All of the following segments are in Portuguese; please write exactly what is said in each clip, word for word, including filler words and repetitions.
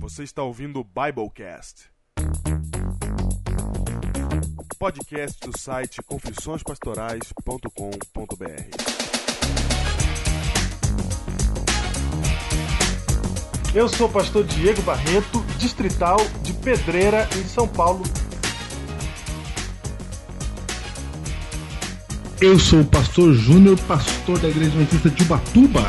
Você está ouvindo o Biblecast, podcast do site confissões pastorais ponto com ponto b r. Eu sou o pastor Diego Barreto, distrital de Pedreira, em São Paulo. Eu sou o pastor Júnior, pastor da Igreja Adventista de Ubatuba.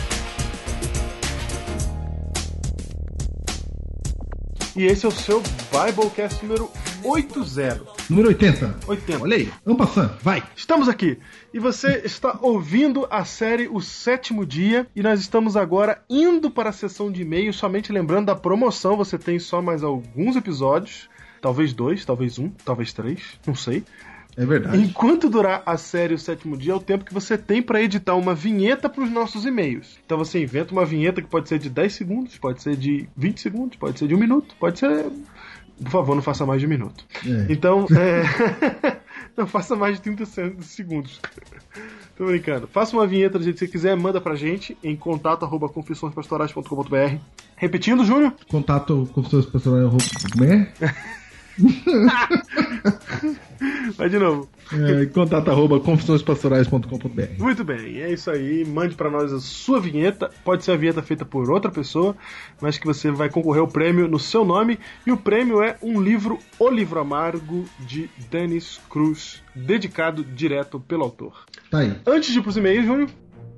E esse é o seu Biblecast número oitenta. Número oitenta. oitenta. Olha aí, vamos passando, vai. Estamos aqui. E você está ouvindo a série O Sétimo Dia. E nós estamos agora indo para a sessão de e-mails. Somente lembrando da promoção, você tem só mais alguns episódios. Talvez dois, talvez um, talvez três, não sei. É verdade. Enquanto durar a série O Sétimo Dia, é o tempo que você tem para editar uma vinheta para os nossos e-mails. Então você inventa uma vinheta que pode ser de dez segundos, pode ser de vinte segundos, pode ser de um minuto, pode ser... Por favor, não faça mais de um minuto. É. Então, é... não faça mais de trinta segundos. Tô brincando. Faça uma vinheta do jeito que você quiser, manda pra gente em contato arroba confissões pastorais ponto com ponto b r. Repetindo, Júnior? Contato confissões pastorais ponto com ponto b r. Vai de novo. É, contato arroba confissões pastorais ponto com ponto b r. Muito bem, é isso aí. Mande pra nós a sua vinheta. Pode ser a vinheta feita por outra pessoa, mas que você vai concorrer ao prêmio no seu nome. E o prêmio é um livro, O Livro Amargo, de Dennis Cruz, dedicado direto pelo autor. Tá aí. Antes de ir pros e-mails, Júnior,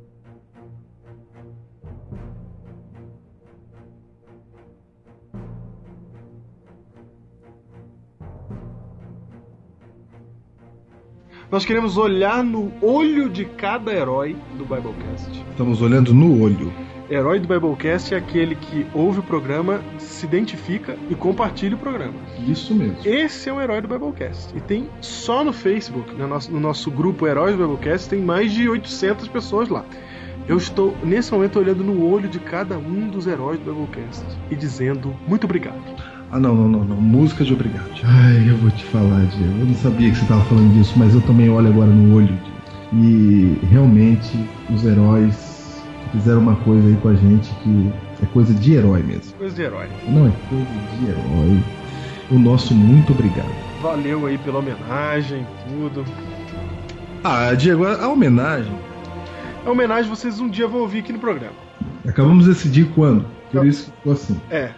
nós queremos olhar no olho de cada herói do Biblecast. Estamos olhando no olho. Herói do Biblecast é aquele que ouve o programa, se identifica e compartilha o programa. Isso mesmo. Esse é um herói do Biblecast. E tem só no Facebook, no nosso, no nosso grupo Heróis do Biblecast, tem mais de oitocentas pessoas lá. Eu estou, nesse momento, olhando no olho de cada um dos heróis do Biblecast e dizendo muito obrigado. Ah, não, não, não, não. Música de obrigado. Ai, eu vou te falar, Diego. Eu não sabia que você estava falando disso, mas eu também olho agora no olho, Diego. E realmente os heróis fizeram uma coisa aí com a gente que é coisa de herói mesmo. Coisa de herói. Não, é coisa de herói. O nosso muito obrigado. Valeu aí pela homenagem, tudo. Ah, Diego, a, a homenagem... A homenagem vocês um dia vão ouvir aqui no programa. Acabamos de decidir quando. Por isso que ficou assim. É.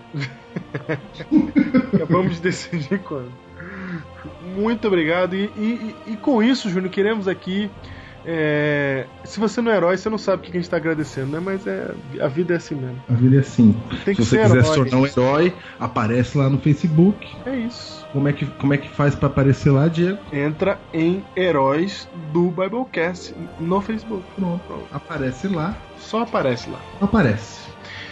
Acabamos de decidir quando. Muito obrigado. E, e, e com isso, Júnior, queremos aqui. É... Se você não é herói, você não sabe o que a gente está agradecendo, né? Mas é... a vida é assim mesmo. A vida é assim. Tem que se você ser quiser herói. se tornar um herói, aparece lá no Facebook. É isso. Como é que, como é que faz para aparecer lá, Diego? Entra em Heróis do Biblecast no Facebook. Pronto. Pronto. Aparece lá. Só aparece lá. Aparece.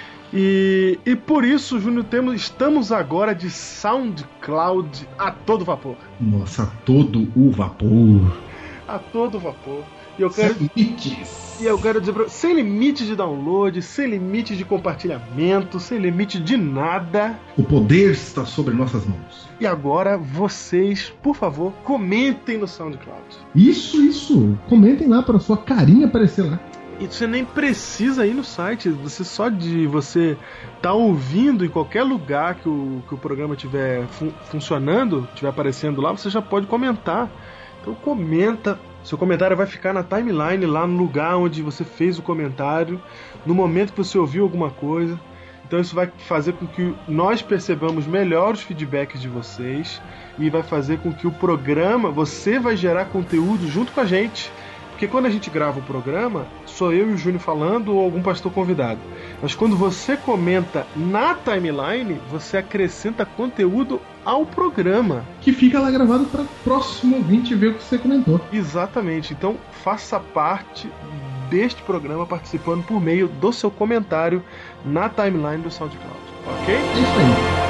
E, e por isso, Júnior, temos, estamos agora de SoundCloud a todo vapor. Nossa, a todo o vapor. A todo vapor. E eu quero, sem limites. E eu quero dizer pra você, sem limite de download, sem limite de compartilhamento, sem limite de nada. O poder está sobre nossas mãos. E agora, vocês, por favor, comentem no SoundCloud. Isso, isso. Comentem lá para sua carinha aparecer lá. E você nem precisa ir no site, você só de você estar tá ouvindo em qualquer lugar que o, que o programa estiver fun- funcionando, estiver aparecendo lá, você já pode comentar. Então comenta, seu comentário vai ficar na timeline, lá no lugar onde você fez o comentário, no momento que você ouviu alguma coisa. Então isso vai fazer com que nós percebamos melhor os feedbacks de vocês e vai fazer com que o programa, você vai gerar conteúdo junto com a gente. Porque quando a gente grava o programa, sou eu e o Júnior falando ou algum pastor convidado. Mas quando você comenta na timeline, você acrescenta conteúdo ao programa. Que fica lá gravado para o próximo ouvinte ver o que você comentou. Exatamente. Então faça parte deste programa participando por meio do seu comentário na timeline do SoundCloud. Ok? É isso aí.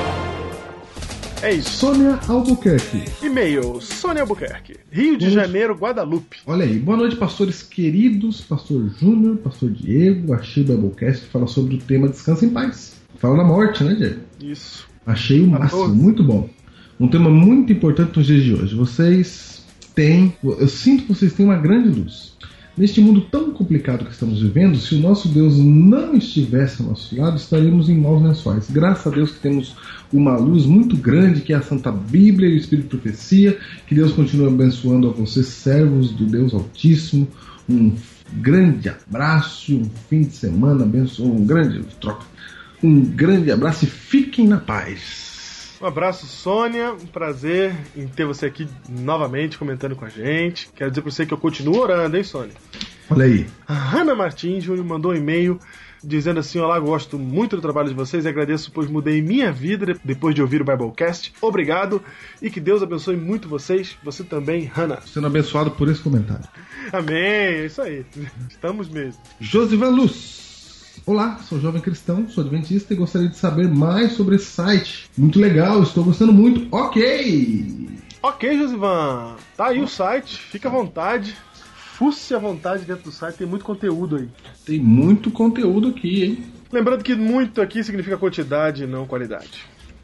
É isso. Sônia Albuquerque. E-mail, Sônia Albuquerque. Rio de Vamos... Janeiro, Guadalupe. Olha aí. Boa noite, pastores queridos. Pastor Júnior, pastor Diego. Achei o Biblecast fala sobre o tema Descansa em Paz. Fala da morte, né, Diego? Isso. Achei o máximo. Muito bom. Um tema muito importante nos dias de hoje. Vocês têm... Eu sinto que vocês têm uma grande luz. Neste mundo tão complicado que estamos vivendo, se o nosso Deus não estivesse ao nosso lado, estaríamos em maus lençóis. Graças a Deus que temos uma luz muito grande, que é a Santa Bíblia e o Espírito de Profecia. Que Deus continue abençoando a vocês, servos do Deus Altíssimo. Um grande abraço, um fim de semana abençoado, um grande troca, um grande abraço e fiquem na paz. Um abraço, Sônia, um prazer em ter você aqui novamente comentando com a gente. Quero dizer pra você que eu continuo orando, hein, Sônia? Olha aí. A Hanna Martins Júnior mandou um e-mail dizendo assim: olá, gosto muito do trabalho de vocês e agradeço, pois mudei minha vida depois de ouvir o Biblecast. Obrigado e que Deus abençoe muito vocês. Você também, Hanna. Sendo abençoado por esse comentário. Amém, é isso aí. Estamos mesmo. Josivan Luz. Olá, sou jovem cristão, sou adventista e gostaria de saber mais sobre esse site. Muito legal, estou gostando muito. Ok! Ok, Josivan. Tá aí o site, fica à vontade. Fusse à vontade dentro do site, tem muito conteúdo aí. Tem muito conteúdo aqui, hein? Lembrando que muito aqui significa quantidade e não qualidade.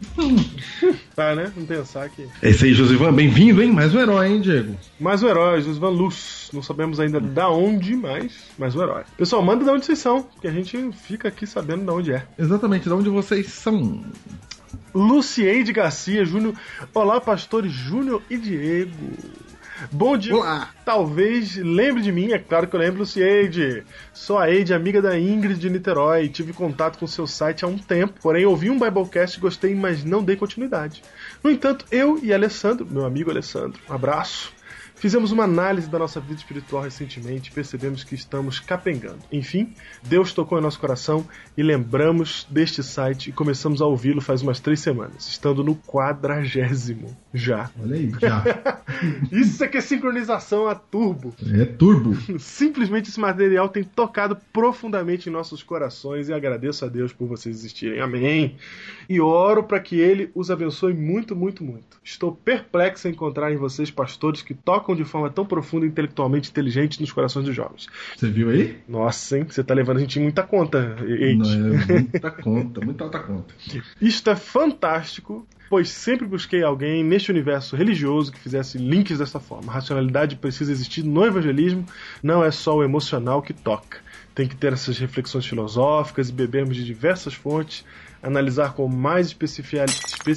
Tá, né? Não pensar que... É isso aí, Josivan. Bem-vindo, hein? Mais um herói, hein, Diego? Mais um herói, Josivan Luz. Não sabemos ainda da onde, mas mais um herói. Pessoal, manda de onde vocês são, que a gente fica aqui sabendo de onde é. Exatamente, de onde vocês são. Lucieide Garcia Júnior. Olá, pastores Júnior e Diego. Bom dia. Olá. Talvez lembre de mim, é claro que eu lembro, Lucieide. Sou a Eide, amiga da Ingrid de Niterói. Tive contato com o seu site há um tempo, porém ouvi um Biblecast e gostei, mas não dei continuidade. No entanto, eu e Alessandro, meu amigo Alessandro, um abraço, fizemos uma análise da nossa vida espiritual recentemente e percebemos que estamos capengando. Enfim, Deus tocou em nosso coração e lembramos deste site e começamos a ouvi-lo faz umas três semanas, estando no quadragésimo já. Olha aí, já. Isso é que é sincronização a turbo. É turbo. Simplesmente esse material tem tocado profundamente em nossos corações e agradeço a Deus por vocês existirem. Amém. E oro para que Ele os abençoe muito, muito, muito. Estou perplexo em encontrar em vocês pastores que tocam de forma tão profunda e intelectualmente inteligente nos corações dos jovens. Você viu aí? Nossa, hein? Você tá levando a gente em muita conta, Eide. Não, é muita conta, muita alta conta. Isto é fantástico, pois sempre busquei alguém neste universo religioso que fizesse links dessa forma. A racionalidade precisa existir no evangelismo, não é só o emocional que toca. Tem que ter essas reflexões filosóficas e bebermos de diversas fontes, analisar com mais especificidade,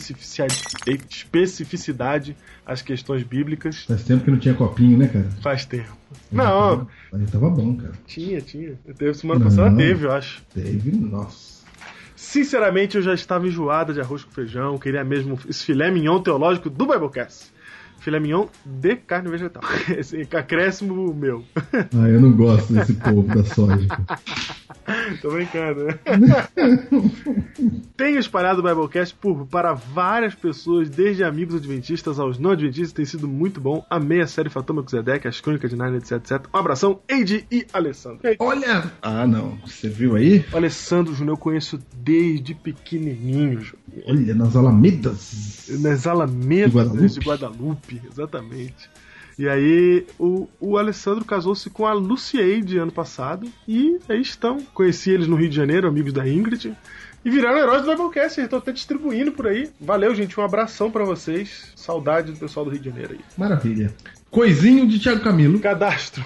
especificidade as questões bíblicas. Faz tempo que não tinha copinho, né, cara? Faz tempo. Mas Não, tava, mas tava bom, cara. tinha, tinha. Teve semana passada, Não. teve, eu acho. Teve, nossa. Sinceramente, eu já estava enjoada de arroz com feijão, queria mesmo esse filé mignon teológico do Biblecast. Filé mignon de carne vegetal. Esse acréscimo meu. Ah, eu não gosto desse povo da soja. Tô brincando, né? Tenho espalhado o Biblecast por, para várias pessoas, desde amigos adventistas aos não adventistas, tem sido muito bom. Amei a série Fator Melquisedeque, as crônicas de Nárnia, etc, etcétera. Um abração, Eide e Alessandro. E Olha! Ah, não. Você viu aí? o Alessandro Júnior eu conheço desde pequenininho, Júnior. Olha, nas Alamedas. Nas Alamedas De Guadalupe. de Guadalupe, exatamente. E aí, o, o Alessandro casou-se com a Lucieide ano passado, e aí estão. Conheci eles no Rio de Janeiro, amigos da Ingrid, e viraram heróis do Biblecast, estão até distribuindo por aí. Valeu, gente, um abração pra vocês. Saudade do pessoal do Rio de Janeiro aí. Maravilha. Coisinho de Thiago Camilo. Cadastro.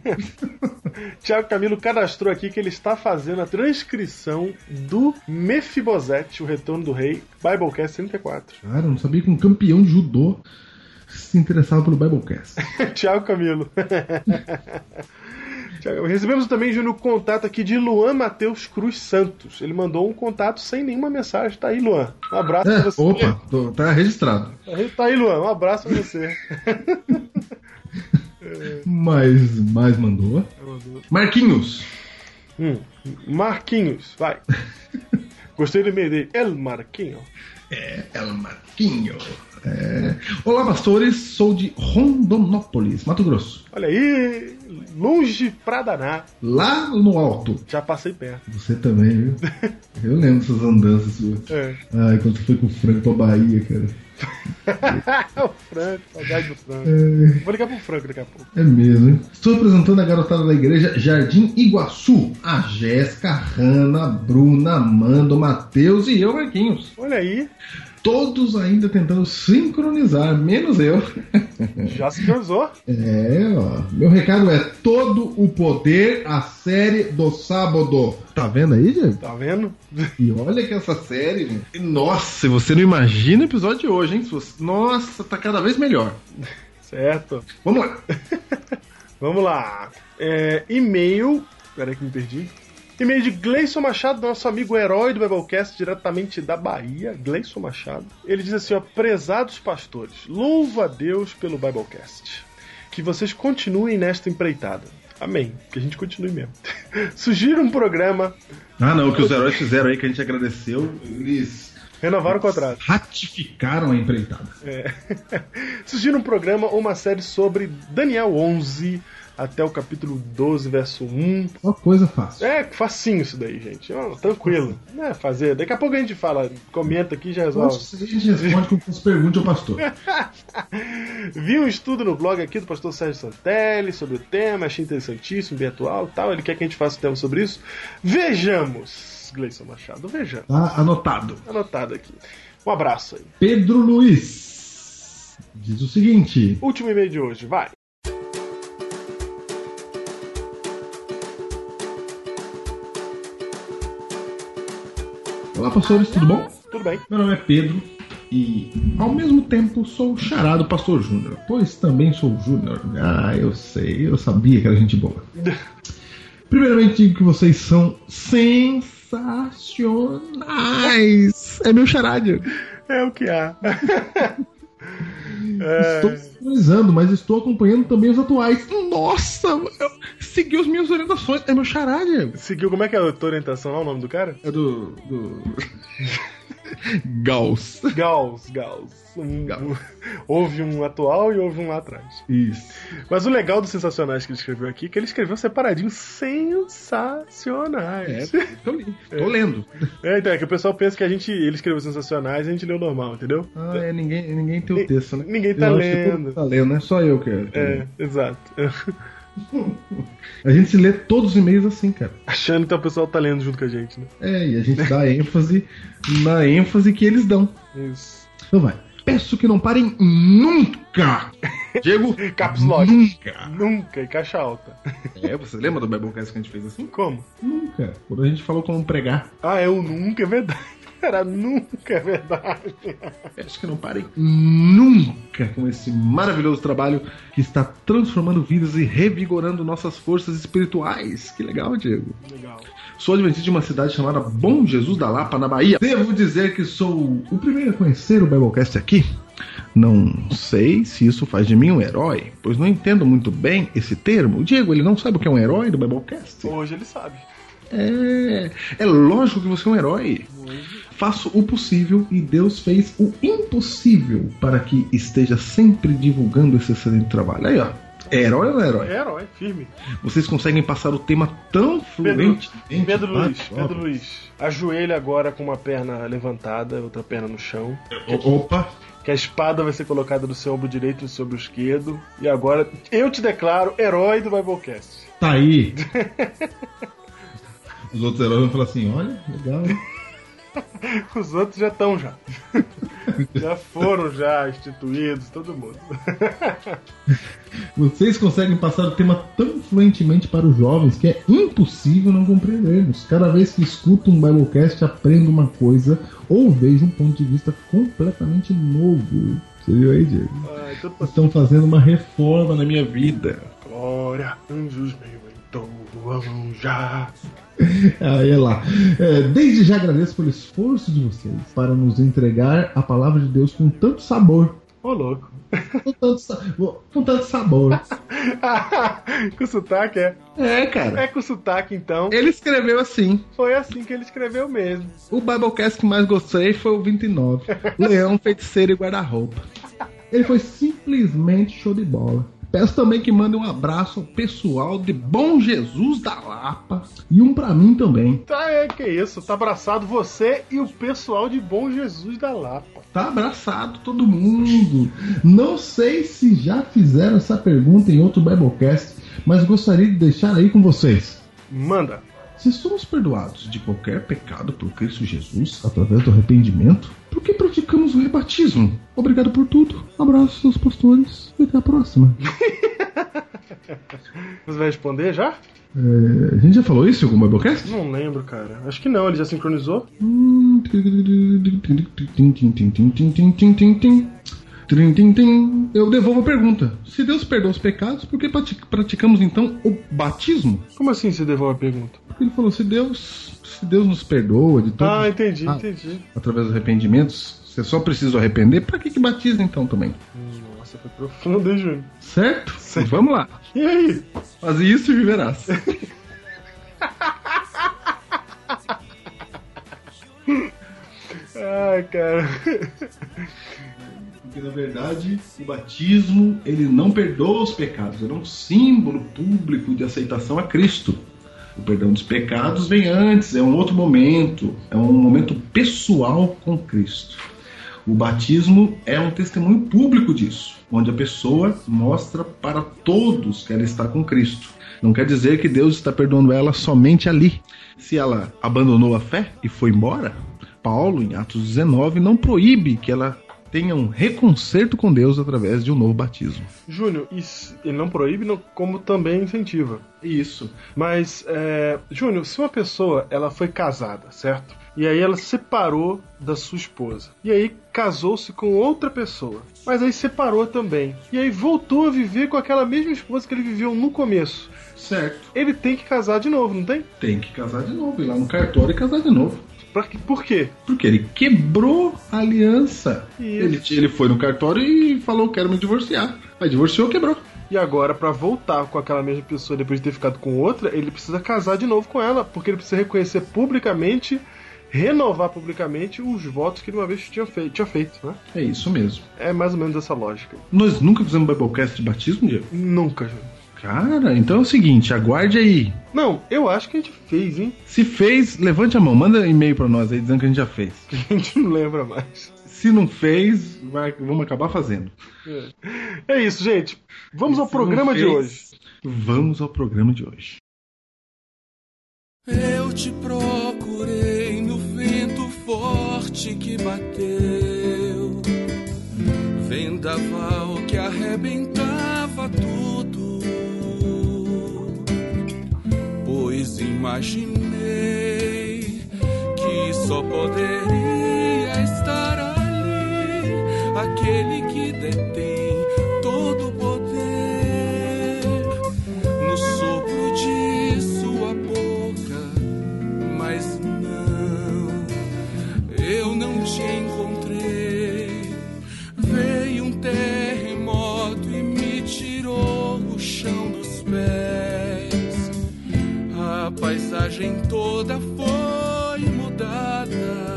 Thiago Camilo cadastrou aqui que ele está fazendo a transcrição do Mefibosete, o Retorno do Rei, Biblecast trinta e quatro. Cara, eu não sabia que um campeão de judô se interessava pelo Biblecast. Thiago Camilo. Thiago, recebemos também, Júnior, um contato aqui de Luan Matheus Cruz Santos. Ele mandou um contato sem nenhuma mensagem. Tá aí, Luan. Um abraço É, pra você. opa, tô- tá registrado. Tá aí, Luan. Um abraço pra você. Mas mais mandou. Marquinhos. Hum, Marquinhos, vai. Gostei do e-mail dele. El Marquinho. É, El Marquinho. É. Olá, pastores. Sou de Rondonópolis, Mato Grosso. Olha aí, longe pra danar. Lá no alto. Já passei perto. Você também, viu? Eu lembro dessas andanças suas. É. Ai, quando você foi com o Franco pra Bahia, cara. O Franco, saudade do Franco. É, Vou ligar pro Franco daqui a pouco. é mesmo, hein? Estou apresentando a garotada da igreja Jardim Iguaçu. A Jéssica, a Hanna, a Bruna, Amanda, o Matheus e eu, Marquinhos. Olha aí. todos ainda tentando sincronizar, menos eu. Já sincronizou? É, ó. Meu recado é todo o poder à série do sábado. Tá vendo aí, Diego? Tá vendo? E olha que essa série, gente. Nossa, você não imagina o episódio de hoje, hein? Nossa, tá cada vez melhor. Certo. Vamos lá. Vamos lá. É, e-mail. Peraí que me perdi. E-mail de Gleison Machado, nosso amigo herói do Biblecast, diretamente da Bahia. Gleison Machado. Ele diz assim, ó: prezados pastores, louvo a Deus pelo Biblecast. Que vocês continuem nesta empreitada. Amém. Que a gente continue mesmo. Sugiro um programa... Ah, não. O que os heróis fizeram aí, que a gente agradeceu, eles... renovaram o contrato. Ratificaram a empreitada. É. Sugiro um programa ou uma série sobre Daniel onze... até o capítulo doze, verso um. Uma coisa fácil. É, facinho isso daí, gente. Oh, tranquilo. É, fazer. Daqui a pouco a gente fala, comenta aqui e já resolve. Nossa, a gente responde com as perguntas ao pastor. Vi um estudo no blog aqui do pastor Sérgio Santelli sobre o tema, achei interessantíssimo, bem atual e tal. Ele quer que a gente faça um tema sobre isso. Vejamos, Gleison Machado, vejamos. Tá anotado. Anotado aqui. Um abraço aí. Pedro Luiz diz o seguinte. Último e-mail de hoje, vai. Olá, pastores, tudo bom? Tudo bem. Meu nome é Pedro e, ao mesmo tempo, sou o xará do pastor Júnior, pois também sou Júnior. Ah, eu sei, eu sabia que era gente boa. Primeiramente, digo que vocês são sensacionais. É meu xará, Diego. É o que há. Estou sintonizando, mas estou acompanhando também os atuais. Nossa, eu segui as minhas orientações. É meu xará, Diego. Seguiu, como é que é a tua orientação lá, o nome do cara? É do... do... Gauss. Gauss, Gauss. Um, Gauss. um, houve um atual e houve um lá atrás. Isso. Mas o legal dos sensacionais que ele escreveu aqui é que ele escreveu separadinho. Sensacionais. É, tô, li, tô é. lendo. É, então é que o pessoal pensa que a gente, ele escreveu sensacionais e a gente leu normal, entendeu? Ah, é, ninguém, ninguém tem o N- texto, né? Ninguém tá eu acho que todo lendo. mundo tá lendo, não é só eu que é. É, exato. A gente se lê todos os e-mails assim, cara. Achando que o pessoal tá lendo junto com a gente, né? É, e a gente dá ênfase na ênfase que eles dão. Isso. Então vai. Peço que não parem nunca. Diego, Caps Lock. nunca. Nunca, e caixa alta. É, você lembra do Biblecast que a gente fez assim? Como? Nunca. Quando a gente falou como pregar. Ah, é o nunca, é verdade. Cara, nunca é verdade. Peço que não parem nunca com esse maravilhoso trabalho que está transformando vidas e revigorando nossas forças espirituais. Que legal, Diego. Legal. Sou adventista de uma cidade chamada Bom Jesus da Lapa, na Bahia. Devo dizer que sou o primeiro a conhecer o Biblecast aqui. Não sei se isso faz de mim um herói, pois não entendo muito bem esse termo. O Diego, ele não sabe o que é um herói do Biblecast? Hoje ele sabe. É, é lógico que você é um herói. Hoje. Faço o possível e Deus fez o impossível para que esteja sempre divulgando esse excelente trabalho. Aí, ó. É herói ou não é herói? É herói, firme. Vocês conseguem passar o tema tão fluentemente. Pedro Luiz, bate, Pedro ó. Luiz. Ajoelha agora com uma perna levantada, outra perna no chão. O- Opa! Que a espada vai ser colocada do seu ombro direito e sobre o esquerdo. E agora eu te declaro herói do Biblecast. Tá aí! Os outros heróis vão falar assim: olha, legal, hein? Os outros já estão já. Já foram já instituídos, todo mundo. Vocês conseguem passar o tema tão fluentemente para os jovens que é impossível não compreendermos. Cada vez que escuto um Biblecast, aprendo uma coisa ou vejo um ponto de vista completamente novo. Você viu aí, Diego? Ai, tudo pra... Estão fazendo uma reforma na minha vida. Glória, anjos meio entoam já. Aí é lá. É, desde já agradeço pelo esforço de vocês para nos entregar a palavra de Deus com tanto sabor. Ô, louco. Com tanto, sa- com tanto sabor. Com sotaque, é. É, cara. É com sotaque, então. Ele escreveu assim. Foi assim que ele escreveu mesmo. O Biblecast que mais gostei foi o vinte e nove. Leão, feiticeiro e guarda-roupa. Ele foi simplesmente show de bola. Peço também que mandem um abraço ao pessoal de Bom Jesus da Lapa e um pra mim também. Tá, é que isso. Tá abraçado você e o pessoal de Bom Jesus da Lapa. Tá abraçado todo mundo. Não sei se já fizeram essa pergunta em outro Biblecast, mas gostaria de deixar aí com vocês. Manda. Se somos perdoados de qualquer pecado por Cristo Jesus, através do arrependimento, por que praticamos o rebatismo? Obrigado por tudo. Abraços, seus pastores. E até a próxima. Você vai responder já? É, a gente já falou isso em algum Biblecast? Não lembro, cara. Acho que não, ele já sincronizou. Eu devolvo a pergunta. Se Deus perdoa os pecados, por que praticamos então o batismo? Como assim você devolve a pergunta? Porque ele falou, se Deus, se Deus nos perdoa de todos... Ah, entendi, ah, entendi. Através dos arrependimentos, você só precisa arrepender, pra que que batiza então também? Nossa, foi profundo, hein, Júnior? Certo? certo. Vamos lá. E aí? Faz isso e viverás. Ai, cara. Porque na verdade o batismo ele não perdoa os pecados, ele é um símbolo público de aceitação a Cristo. O perdão dos pecados vem antes, é um outro momento, é um momento pessoal com Cristo. O batismo é um testemunho público disso, onde a pessoa mostra para todos que ela está com Cristo. Não quer dizer que Deus está perdoando ela somente ali. Se ela abandonou a fé e foi embora, Paulo, em Atos dezenove, não proíbe que ela tenha um reconcerto com Deus através de um novo batismo. Júnior, ele não proíbe, não, como também incentiva. Isso. Mas, é, Júnior, se uma pessoa ela foi casada, certo? E aí ela se separou da sua esposa. E aí casou-se com outra pessoa. Mas aí separou também. E aí voltou a viver com aquela mesma esposa que ele viveu no começo. Certo. Ele tem que casar de novo, não tem? Tem que casar de novo, ir lá no cartório e casar de novo. Por quê? Porque ele quebrou a aliança. Ele, ele foi no cartório e falou, quero me divorciar. Aí divorciou, quebrou. E agora, pra voltar com aquela mesma pessoa depois de ter ficado com outra, ele precisa casar de novo com ela, porque ele precisa reconhecer publicamente, renovar publicamente os votos que ele uma vez tinha feito, tinha feito, né? É isso mesmo. É mais ou menos essa lógica. Nós nunca fizemos Biblecast de batismo, Diego? Nunca, Júnior. Cara, então é o seguinte, aguarde aí. Não, eu acho que a gente fez, hein? Se fez, levante a mão, manda e-mail pra nós aí dizendo que a gente já fez. A gente não lembra mais. Se não fez, vai, vamos acabar fazendo. É, é isso, gente. Vamos ao programa fez, de hoje. Vamos ao programa de hoje. Eu te procurei no vento forte que bateu, vendaval que arrebentava tudo. Pois imaginei que só poderia estar ali aquele que detém todo o poder no sopro de sua boca, mas não, eu não te encontrei. Veio um terremoto e me tirou o chão dos pés. A paisagem toda foi mudada.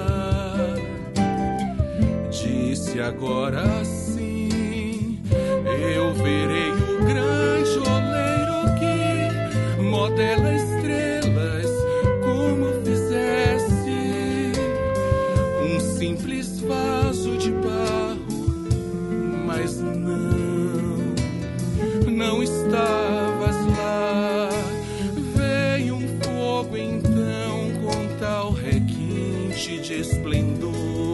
Disse agora sim, eu verei o grande oleiro que modela estrelas como fizesse um simples vaso de barro, mas não, não estavas lá. Veio um fogo então com tal requinte de esplendor.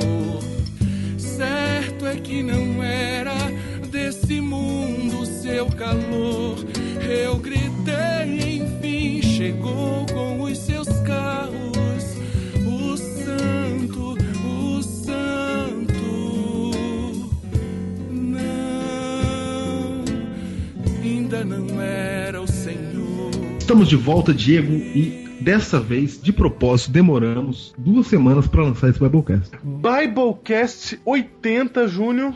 Certo é que não era desse mundo seu calor. Eu gritei, enfim, chegou com os seus carros. O santo, o santo. Não, ainda não era o Senhor. Estamos de volta, Diego, e dessa vez, de propósito, demoramos duas semanas para lançar esse Biblecast. Biblecast oitenta, Júnior.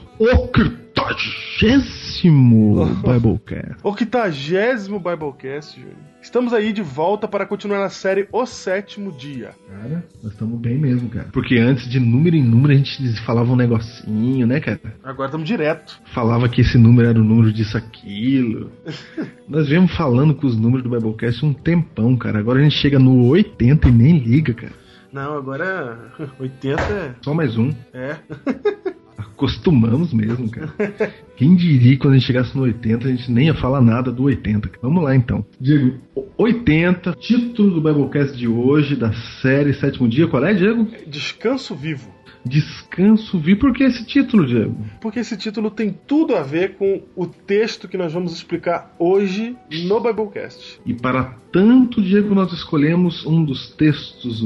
Octagésimo Biblecast. Octagésimo Biblecast, Júnior. Estamos aí de volta para continuar a série O Sétimo Dia. Cara, nós estamos bem mesmo, cara. Porque antes, de número em número, a gente falava um negocinho, né, cara? Agora estamos direto. Falava que esse número era o número disso, aquilo. Nós viemos falando com os números do Biblecast um tempão, cara. Agora a gente chega no oitenta e nem liga, cara. Não, agora oitenta é... Só mais um. É. A Costumamos mesmo, cara. Quem diria que quando a gente chegasse no oitenta, a gente nem ia falar nada do oitenta. Vamos lá, então. Diego, oitenta, título do Biblecast de hoje, da série Sétimo Dia. Qual é, Diego? Descanso Vivo. Descanso Vivo. Por que esse título, Diego? Porque esse título tem tudo a ver com o texto que nós vamos explicar hoje no Biblecast. E para tanto, Diego, nós escolhemos um dos textos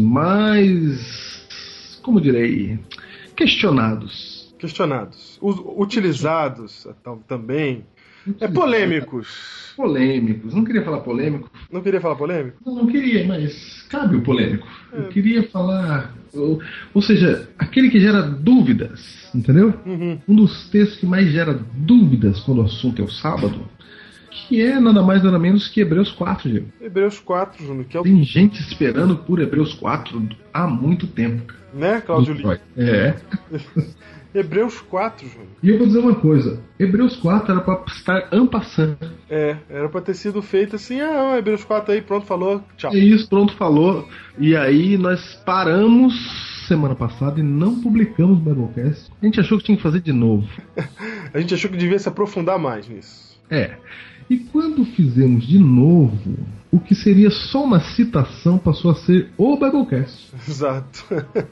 mais, como direi, questionados. Questionados. Utilizados também. É polêmicos. Polêmicos. Não queria falar polêmico. Não queria falar polêmico? Não, não queria, mas cabe o polêmico. É. Eu queria falar... Ou, ou seja, aquele que gera dúvidas, entendeu? Uhum. Um dos textos que mais gera dúvidas quando o assunto é o sábado, que é nada mais nada menos que Hebreus quatro, Diego. Hebreus quatro, Júnior. Que é o... Tem gente esperando por Hebreus quatro há muito tempo. Né, Cláudio Lima? É. Hebreus quatro, Júnior. E eu vou dizer uma coisa. Hebreus quatro era pra estar en passant. É, era pra ter sido feito assim, ah, Hebreus quatro aí, pronto, falou, tchau. É isso, pronto, falou. E aí nós paramos semana passada e não publicamos o Biblecast. A gente achou que tinha que fazer de novo. A gente achou que devia se aprofundar mais nisso. É. E quando fizemos de novo, o que seria só uma citação passou a ser o Biblecast. Exato.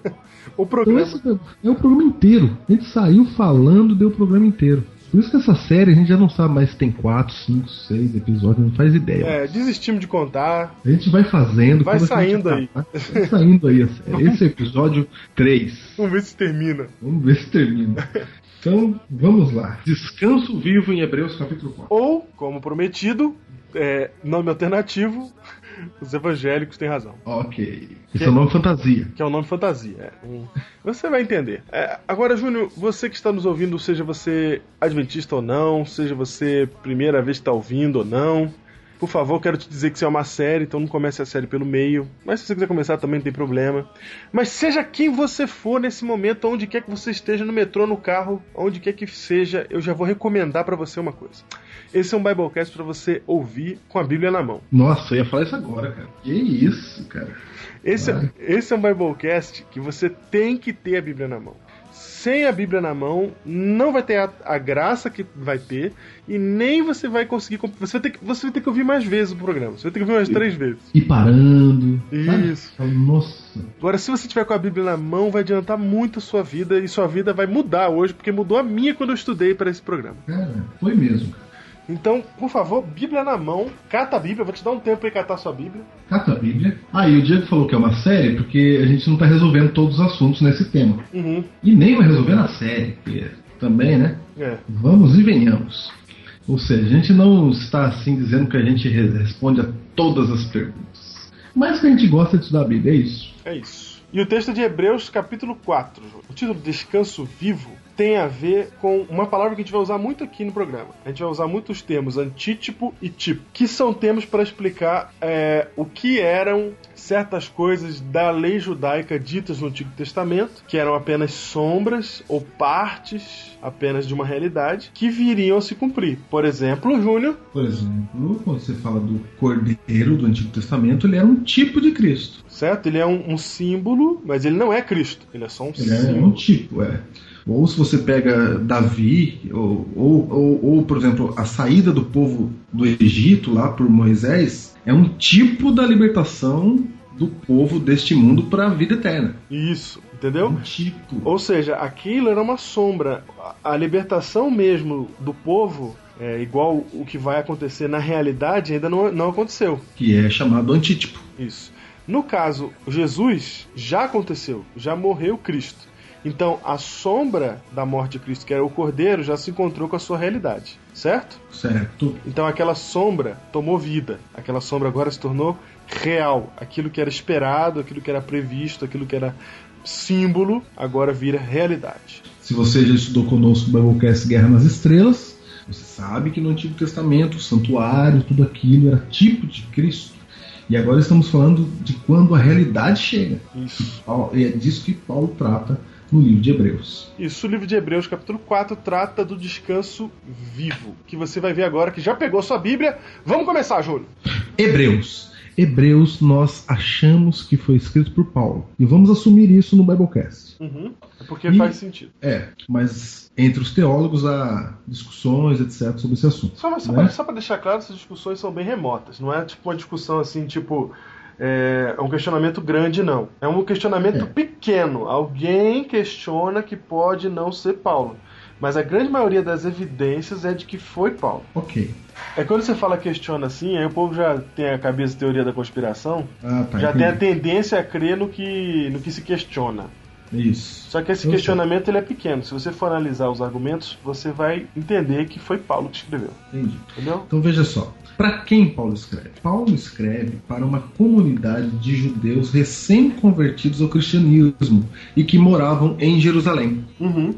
O programa. Então, esse é o programa inteiro. A gente saiu falando, deu o programa inteiro. Por isso que essa série a gente já não sabe mais se tem quatro, cinco, seis episódios, não faz ideia. É, desistimos de contar. A gente vai fazendo. Vai saindo aí. Tá, vai saindo aí a série. Esse é o episódio três. Vamos ver se termina. Vamos ver se termina. Então, vamos lá. Descanso Vivo em Hebreus capítulo quatro. Ou, como prometido, é, nome alternativo, os evangélicos têm razão. Ok. Esse é o nome fantasia. Que é o nome fantasia. É. Um... Você vai entender. É, agora, Júnior, você que está nos ouvindo, seja você adventista ou não, seja você primeira vez que está ouvindo ou não, por favor, quero te dizer que isso é uma série, então não comece a série pelo meio. Mas se você quiser começar também não tem problema. Mas seja quem você for nesse momento, onde quer que você esteja, no metrô, no carro, onde quer que seja, eu já vou recomendar pra você uma coisa. Esse é um Biblecast pra você ouvir com a Bíblia na mão. Nossa, eu ia falar isso agora, cara. Que isso, cara. Esse, é, esse é um Biblecast que você tem que ter a Bíblia na mão. Sem a Bíblia na mão, não vai ter a, a graça que vai ter e nem você vai conseguir... Você vai, ter que, você vai ter que ouvir mais vezes o programa. Você vai ter que ouvir umas três vezes. E parando. Isso. Sabe? Nossa. Agora, se você tiver com a Bíblia na mão, vai adiantar muito a sua vida e sua vida vai mudar hoje, porque mudou a minha quando eu estudei para esse programa. Cara, foi mesmo, cara. Então, por favor, Bíblia na mão, cata a Bíblia, vou te dar um tempo para catar a sua Bíblia. Cata a Bíblia. Ah, e o Diego falou que é uma série porque a gente não está resolvendo todos os assuntos nesse tema. Uhum. E nem vai resolver na série, porque também, né? É. Vamos e venhamos. Ou seja, a gente não está assim dizendo que a gente responde a todas as perguntas. Mas que a gente gosta de estudar a Bíblia, é isso. É isso. E o texto é de Hebreus capítulo quatro, o título Descanso Vivo, tem a ver com uma palavra que a gente vai usar muito aqui no programa. A gente vai usar muitos termos, antítipo e tipo, que são termos para explicar é, o que eram certas coisas da lei judaica ditas no Antigo Testamento, que eram apenas sombras ou partes apenas de uma realidade, que viriam a se cumprir. Por exemplo, Júnior... Por exemplo, quando você fala do Cordeiro do Antigo Testamento, ele era um tipo de Cristo. Certo? Ele é um, um símbolo, mas ele não é Cristo. Ele é só um ele símbolo. É um tipo, é. Ou se você pega Davi, ou, ou, ou, ou, por exemplo, a saída do povo do Egito lá por Moisés, é um tipo da libertação do povo deste mundo para a vida eterna. Isso, entendeu? Um tipo. Ou seja, aquilo era uma sombra. A libertação mesmo do povo, é, igual o que vai acontecer na realidade, ainda não, não aconteceu. Que é chamado antítipo. Isso. No caso, Jesus já aconteceu, já morreu Cristo. Então, a sombra da morte de Cristo, que era o Cordeiro, já se encontrou com a sua realidade, certo? Certo. Então, aquela sombra tomou vida. Aquela sombra agora se tornou real. Aquilo que era esperado, aquilo que era previsto, aquilo que era símbolo, agora vira realidade. Se você já estudou conosco o Biblecast Guerra nas Estrelas, você sabe que no Antigo Testamento, o santuário, tudo aquilo era tipo de Cristo. E agora estamos falando de quando a realidade chega. Isso. E é disso que Paulo trata no livro de Hebreus. Isso, o livro de Hebreus, capítulo quatro, trata do descanso vivo, que você vai ver agora, que já pegou sua Bíblia. Vamos começar, Júlio. Hebreus. Hebreus nós achamos que foi escrito por Paulo. E vamos assumir isso no Biblecast. Uhum. É porque E- faz sentido. É, mas entre os teólogos há discussões, etcétera, sobre esse assunto. Só, só, né? pra, só pra deixar claro, essas discussões são bem remotas. Não é tipo uma discussão assim, tipo... É um questionamento grande, não. É um questionamento É. pequeno. Alguém questiona que pode não ser Paulo. Mas a grande maioria das evidências é de que foi Paulo. Ok. É quando você fala questiona assim, aí o povo já tem a cabeça de teoria da conspiração, Ah, tá. já entendi. tem a tendência a crer no que, no que se questiona. Isso. Só que esse Eu questionamento ele é pequeno. Se você for analisar os argumentos, você vai entender que foi Paulo que escreveu. Entendi. Entendeu? Então veja só. Para quem Paulo escreve? Paulo escreve para uma comunidade de judeus recém-convertidos ao cristianismo e que moravam em Jerusalém. Uhum.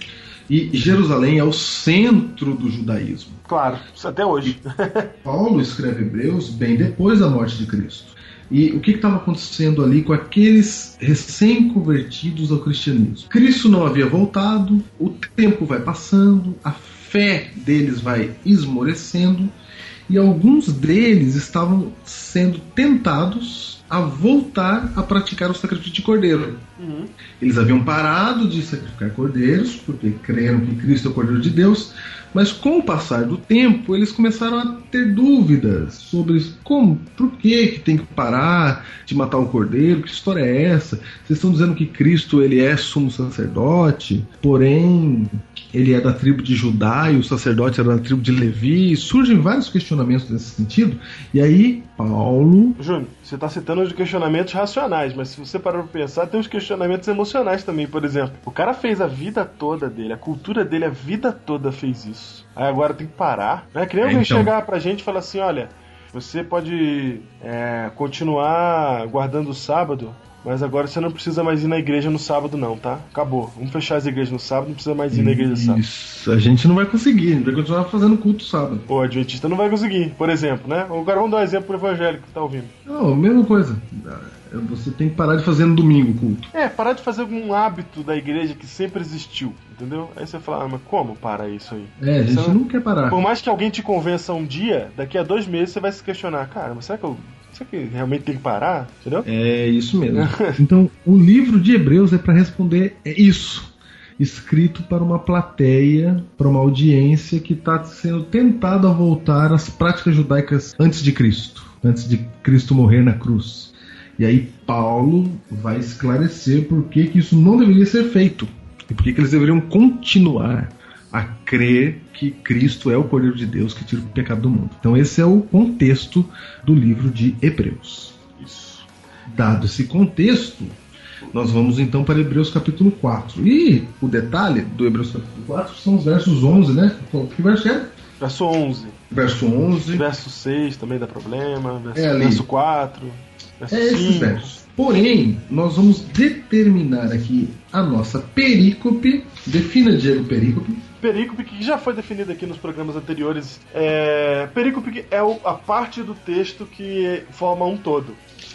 E Jerusalém é o centro do judaísmo. Claro, isso até hoje. Paulo escreve Hebreus bem depois da morte de Cristo. E o que estava acontecendo ali com aqueles recém-convertidos ao cristianismo? Cristo não havia voltado, o tempo vai passando, a fé deles vai esmorecendo, e alguns deles estavam sendo tentados a voltar a praticar o sacrifício de cordeiro. Uhum. Eles haviam parado de sacrificar cordeiros, porque creram que Cristo é o Cordeiro de Deus, mas com o passar do tempo, eles começaram a ter dúvidas sobre como, por que, que tem que parar de matar o cordeiro, que história é essa? Vocês estão dizendo que Cristo ele é sumo sacerdote, porém ele é da tribo de Judá e o sacerdote era da tribo de Levi. Surgem vários questionamentos nesse sentido, e aí Paulo... Júnior, você está citando os questionamentos racionais, mas se você parar para pensar, tem os questionamentos emocionais também. Por exemplo, o cara fez a vida toda dele, a cultura dele a vida toda fez isso. Aí agora tem que parar. Não é que nem alguém então. chegar pra gente e falar assim, olha, você pode é, continuar guardando o sábado, mas agora você não precisa mais ir na igreja no sábado não, tá? Acabou. Vamos fechar as igrejas no sábado, não precisa mais ir na igreja no sábado. Isso, a gente não vai conseguir, a gente vai continuar fazendo culto sábado. O adventista não vai conseguir, por exemplo, né? Agora vamos dar um exemplo pro evangélico que tá ouvindo. Não, mesma coisa. Você tem que parar de fazer no domingo o culto. É, parar de fazer algum hábito da igreja que sempre existiu, entendeu? Aí você fala, ah, mas como parar isso aí? É, a gente Você não quer parar. Por mais que alguém te convença um dia, daqui a dois meses você vai se questionar, cara, mas será que eu... Será que realmente tem que parar? Entendeu? É isso mesmo. Então, o livro de Hebreus é para responder isso. Escrito para uma plateia, para uma audiência que está sendo tentada a voltar às práticas judaicas antes de Cristo, antes de Cristo morrer na cruz. E aí Paulo vai esclarecer por que, que isso não deveria ser feito e por que, que eles deveriam continuar a crer que Cristo é o Cordeiro de Deus que tira o pecado do mundo. Então esse é o contexto do livro de Hebreus. Isso. Dado esse contexto, nós vamos então para Hebreus capítulo quatro. E o detalhe do Hebreus capítulo quatro são os versos onze, né? Que verso é? Verso onze. Verso onze. Verso seis também dá problema. Verso, É ali. verso quatro. Verso É esses cinco. versos. Porém, nós vamos determinar aqui a nossa perícope. Defina, Diego, perícope. Perícope, que já foi definido aqui nos programas anteriores. É... Perícope é o- a parte do texto que forma um todo.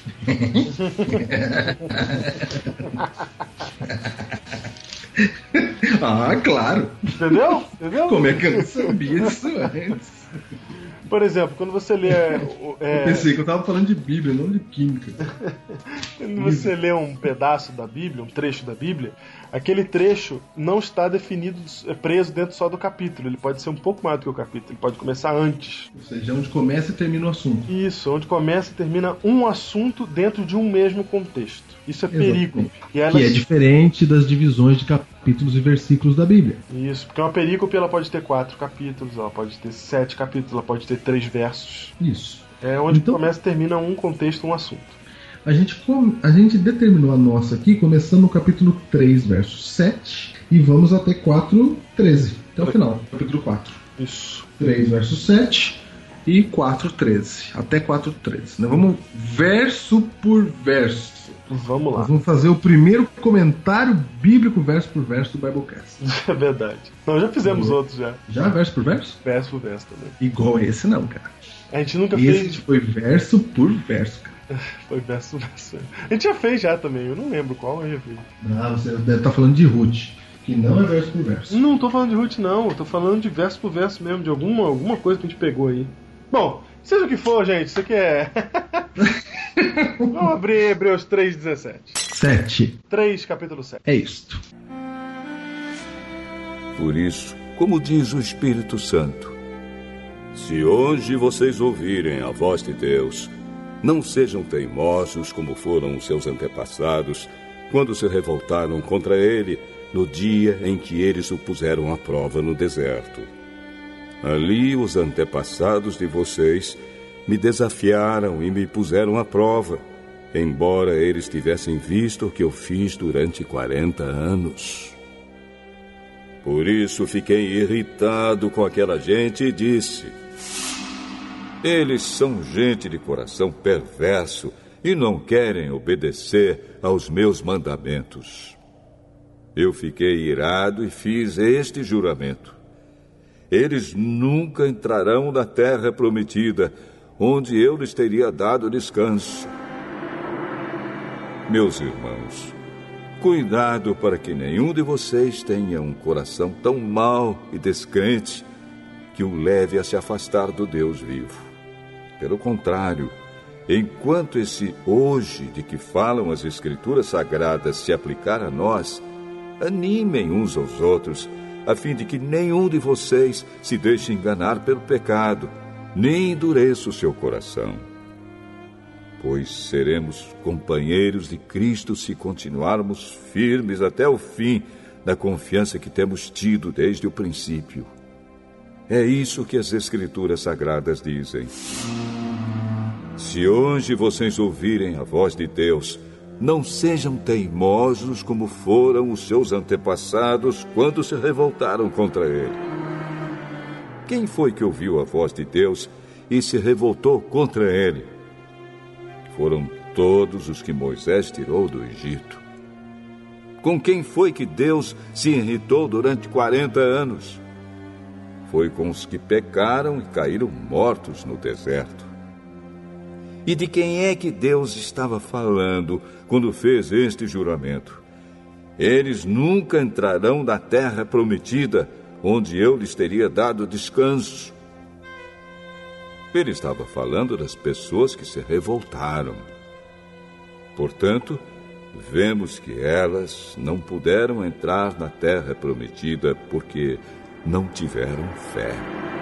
Ah, claro. Entendeu? Entendeu? Como é que eu não sabia isso antes? Por exemplo, quando você lê... o- é, Eu pensei que eu estava falando de Bíblia, não de Química. Quando você lê um pedaço da Bíblia, um trecho da Bíblia, aquele trecho não está definido, é preso dentro só do capítulo. Ele pode ser um pouco maior do que o capítulo, ele pode começar antes. Ou seja, onde começa e termina o assunto. Isso, onde começa e termina um assunto dentro de um mesmo contexto. Isso é Exatamente. perícope. E elas... Que é diferente das divisões de capítulos e versículos da Bíblia. Isso, porque uma perícope ela pode ter quatro capítulos, ela pode ter sete capítulos, ela pode ter três versos. Isso. É onde Então- começa e termina um contexto, um assunto. A gente, com- a gente determinou a nossa aqui, começando no capítulo três, verso sete, e vamos até quatro, treze, até o final, capítulo quatro. Isso. três, verso sete e quatro, treze, até quatro, treze. Nós vamos verso por verso. Vamos lá. Nós vamos fazer o primeiro comentário bíblico, verso por verso, do Biblecast. É verdade. Não, já fizemos Uhum. outros já. Já verso por verso? Verso por verso também. Igual esse não, cara. A gente nunca Esse fez. foi verso por verso, cara. Foi verso por verso. A gente já fez já também, eu não lembro qual eu já fiz. Ah, você deve estar falando de Ruth, que não é verso por verso. Não tô falando de Ruth não, eu tô falando de verso por verso mesmo, de alguma, alguma coisa que a gente pegou aí. Bom, seja o que for, gente, isso aqui é. Vamos abrir Hebreus três, dezessete. sete. três, capítulo sete. É isto. Por isso, como diz o Espírito Santo, se hoje vocês ouvirem a voz de Deus, não sejam teimosos como foram os seus antepassados, quando se revoltaram contra ele no dia em que eles o puseram à prova no deserto. Ali os antepassados de vocês me desafiaram e me puseram à prova, embora eles tivessem visto o que eu fiz durante quarenta anos. Por isso fiquei irritado com aquela gente e disse: eles são gente de coração perverso e não querem obedecer aos meus mandamentos. Eu fiquei irado e fiz este juramento: eles nunca entrarão na terra prometida, onde eu lhes teria dado descanso. Meus irmãos, cuidado para que nenhum de vocês tenha um coração tão mau e descrente que o leve a se afastar do Deus vivo. Pelo contrário, enquanto esse hoje de que falam as Escrituras Sagradas se aplicar a nós, animem uns aos outros, a fim de que nenhum de vocês se deixe enganar pelo pecado, nem endureça o seu coração. Pois seremos companheiros de Cristo se continuarmos firmes até o fim na confiança que temos tido desde o princípio. É isso que as Escrituras Sagradas dizem. Se hoje vocês ouvirem a voz de Deus, não sejam teimosos como foram os seus antepassados quando se revoltaram contra ele. Quem foi que ouviu a voz de Deus e se revoltou contra ele? Foram todos os que Moisés tirou do Egito. Com quem foi que Deus se irritou durante quarenta anos? Foi com os que pecaram e caíram mortos no deserto. E de quem é que Deus estava falando quando fez este juramento? Eles nunca entrarão na terra prometida, onde eu lhes teria dado descanso. Ele estava falando das pessoas que se revoltaram. Portanto, vemos que elas não puderam entrar na terra prometida porque não tiveram fé.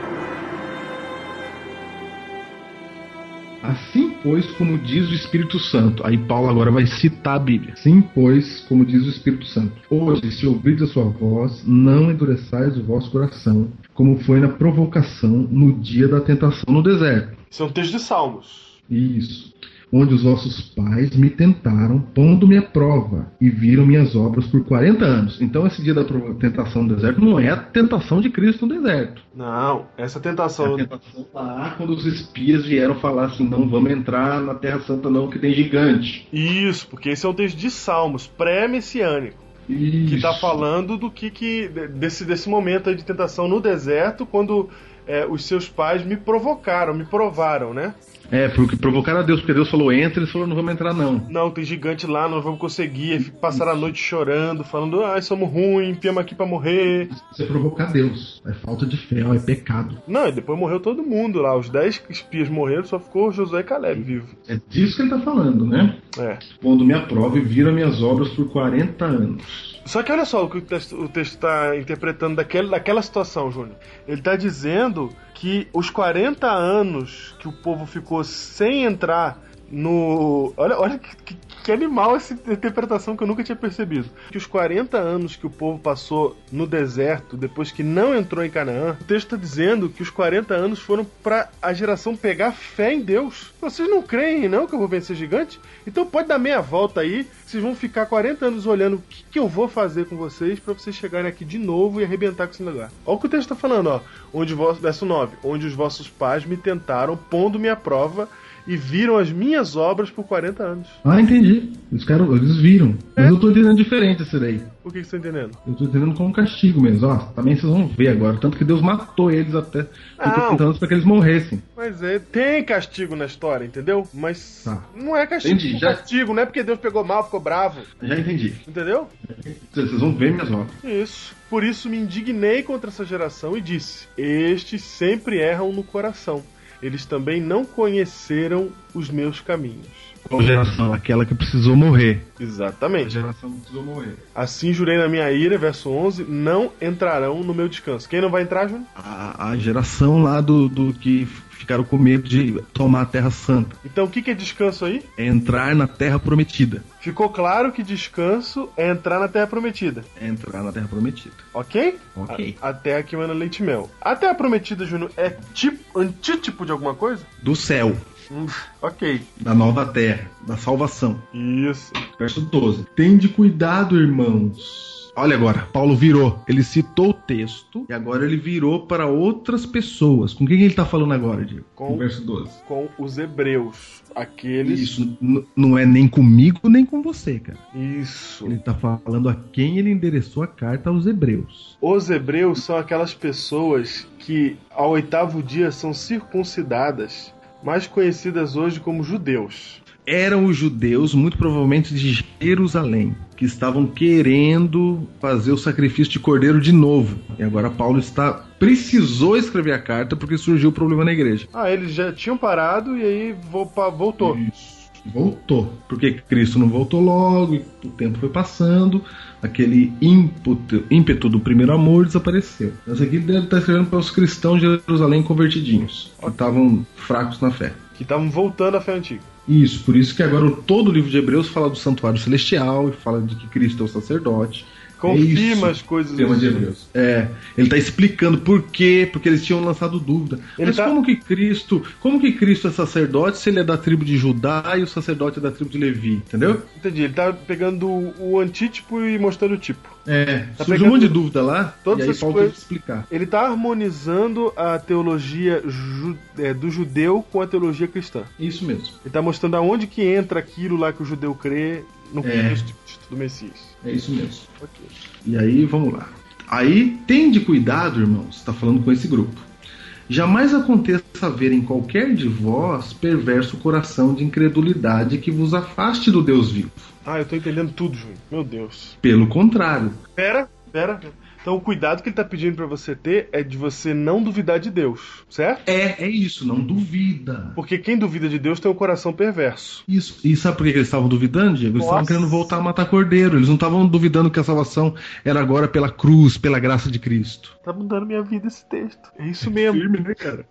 Assim, pois, como diz o Espírito Santo. Aí Paulo agora vai citar a Bíblia. Assim, pois, como diz o Espírito Santo. Hoje, se ouvides a sua voz, não endureçais o vosso coração, como foi na provocação no dia da tentação no deserto. Isso é um texto de Salmos. Isso. Onde os vossos pais me tentaram, pondo-me à prova, e viram minhas obras por quarenta anos. Então esse dia da tentação no deserto não é a tentação de Cristo no deserto. Não, essa tentação... É a tentação lá quando os espias vieram falar assim, não vamos entrar na Terra Santa não, que tem gigante. Isso, porque esse é um texto de Salmos, pré-messiânico. Isso. Que está falando do que, que desse, desse momento aí de tentação no deserto, quando é, os seus pais me provocaram, me provaram, né? É, porque provocaram a Deus, porque Deus falou, entra, eles falaram, não vamos entrar não. Não, tem gigante lá, não vamos conseguir. Passaram a noite chorando, falando, ai, somos ruins, viemos aqui pra morrer. Isso é provocar Deus, é falta de fé, é pecado. Não, e depois morreu todo mundo lá, os dez espias morreram, só ficou Josué e Caleb vivo. É disso que ele tá falando, né? É. Pondo-me à prova e viram minhas obras por quarenta anos. Só que olha só o que o texto está interpretando daquele, daquela situação, Júnior. Ele está dizendo que os quarenta anos que o povo ficou sem entrar no... Olha, olha que, que, que animal essa interpretação que eu nunca tinha percebido. Que os quarenta anos que o povo passou no deserto, depois que não entrou em Canaã, o texto está dizendo que os quarenta anos foram para a geração pegar fé em Deus. Vocês não creem, não, que eu vou vencer gigante? Então pode dar meia volta aí, vocês vão ficar quarenta anos olhando o que, que eu vou fazer com vocês para vocês chegarem aqui de novo e arrebentar com esse lugar. Olha o que o texto está falando, ó. Onde, verso nove. Onde os vossos pais me tentaram, pondo-me à prova, e viram as minhas obras por quarenta anos. Ah, entendi. Os caras, eles viram. É. Mas eu tô entendendo diferente isso daí. O que, que você tá entendendo? Eu tô entendendo como castigo mesmo. Ó, também vocês vão ver agora. Tanto que Deus matou eles até por quarenta anos pra que eles morressem. Mas é, tem castigo na história, entendeu? Mas tá. Não é castigo. Entendi, já... castigo, não é porque Deus pegou mal, ficou bravo. Já entendi. Entendeu? Vocês vão ver minhas obras. Isso. Por isso me indignei contra essa geração e disse: estes sempre erram no coração. eles também não conheceram os meus caminhos. Qual geração? Aquela que precisou morrer. Exatamente. A geração que precisou morrer. Assim jurei na minha ira, verso onze, não entrarão no meu descanso. Quem não vai entrar, Júnior? A, a geração lá do, do que ficaram com medo de tomar a Terra Santa. Então o que, que é descanso aí? É entrar na Terra Prometida. Ficou claro que descanso é entrar na Terra Prometida. É entrar na Terra Prometida. Ok? Ok. A, a Terra que manda leite e mel. A Terra Prometida, Júnior, é tipo, antítipo de alguma coisa? Do céu. Hum, ok. Da nova terra. Da salvação. Isso. Verso doze. Tende cuidado, irmãos. Olha agora, Paulo virou. Ele citou o texto e agora ele virou para outras pessoas. Com quem ele está falando agora, Diego? Com, no verso doze. Com os hebreus. Aqueles... Isso, n- não é nem comigo nem com você, cara. Isso. Ele está falando a quem ele endereçou a carta aos hebreus. Os hebreus são aquelas pessoas que ao oitavo dia são circuncidadas, mais conhecidas hoje como judeus. Eram os judeus, muito provavelmente de Jerusalém, que estavam querendo fazer o sacrifício de cordeiro de novo. E agora Paulo está precisou escrever a carta porque surgiu o problema na igreja. Ah, eles já tinham parado e aí voltou. Isso. Voltou. Porque Cristo não voltou logo, e o tempo foi passando, aquele ímpeto, ímpeto do primeiro amor desapareceu. Essa aqui deve estar escrevendo para os cristãos de Jerusalém convertidinhos, que estavam fracos na fé. Que estavam voltando à fé antiga. Isso, por isso que agora todo o livro de Hebreus fala do santuário celestial e fala de que Cristo é o sacerdote. Confirma é as coisas. Tema de Hebreus. É, ele está explicando por quê, porque eles tinham lançado dúvida. Ele Mas tá... como que Cristo, como que Cristo é sacerdote se ele é da tribo de Judá e o sacerdote é da tribo de Levi, entendeu? Entendi, ele tá pegando o antítipo e mostrando o tipo. É, tá surgiu um monte de dúvida lá, todas e aí as Paulo coisas... teve que explicar. Ele tá harmonizando a teologia ju... é, do judeu com a teologia cristã. Isso mesmo. Ele tá mostrando aonde que entra aquilo lá que o judeu crê no é. Cristo do Messias. É isso mesmo. Okay. E aí, vamos lá. Aí, tende cuidado, irmãos, está falando com esse grupo. Jamais aconteça haver em qualquer de vós perverso coração de incredulidade que vos afaste do Deus vivo. Ah, eu tô entendendo tudo, Júnior. Meu Deus. Pelo contrário. Pera, pera. Então o cuidado que ele tá pedindo pra você ter é de você não duvidar de Deus, certo? É, é isso, não duvida. Porque quem duvida de Deus tem um coração perverso. Isso. E sabe por que eles estavam duvidando, Diego? Eles estavam querendo voltar a matar cordeiro. Eles não estavam duvidando que a salvação era agora pela cruz, pela graça de Cristo. Tá mudando minha vida esse texto. É isso mesmo. É firme, né, cara?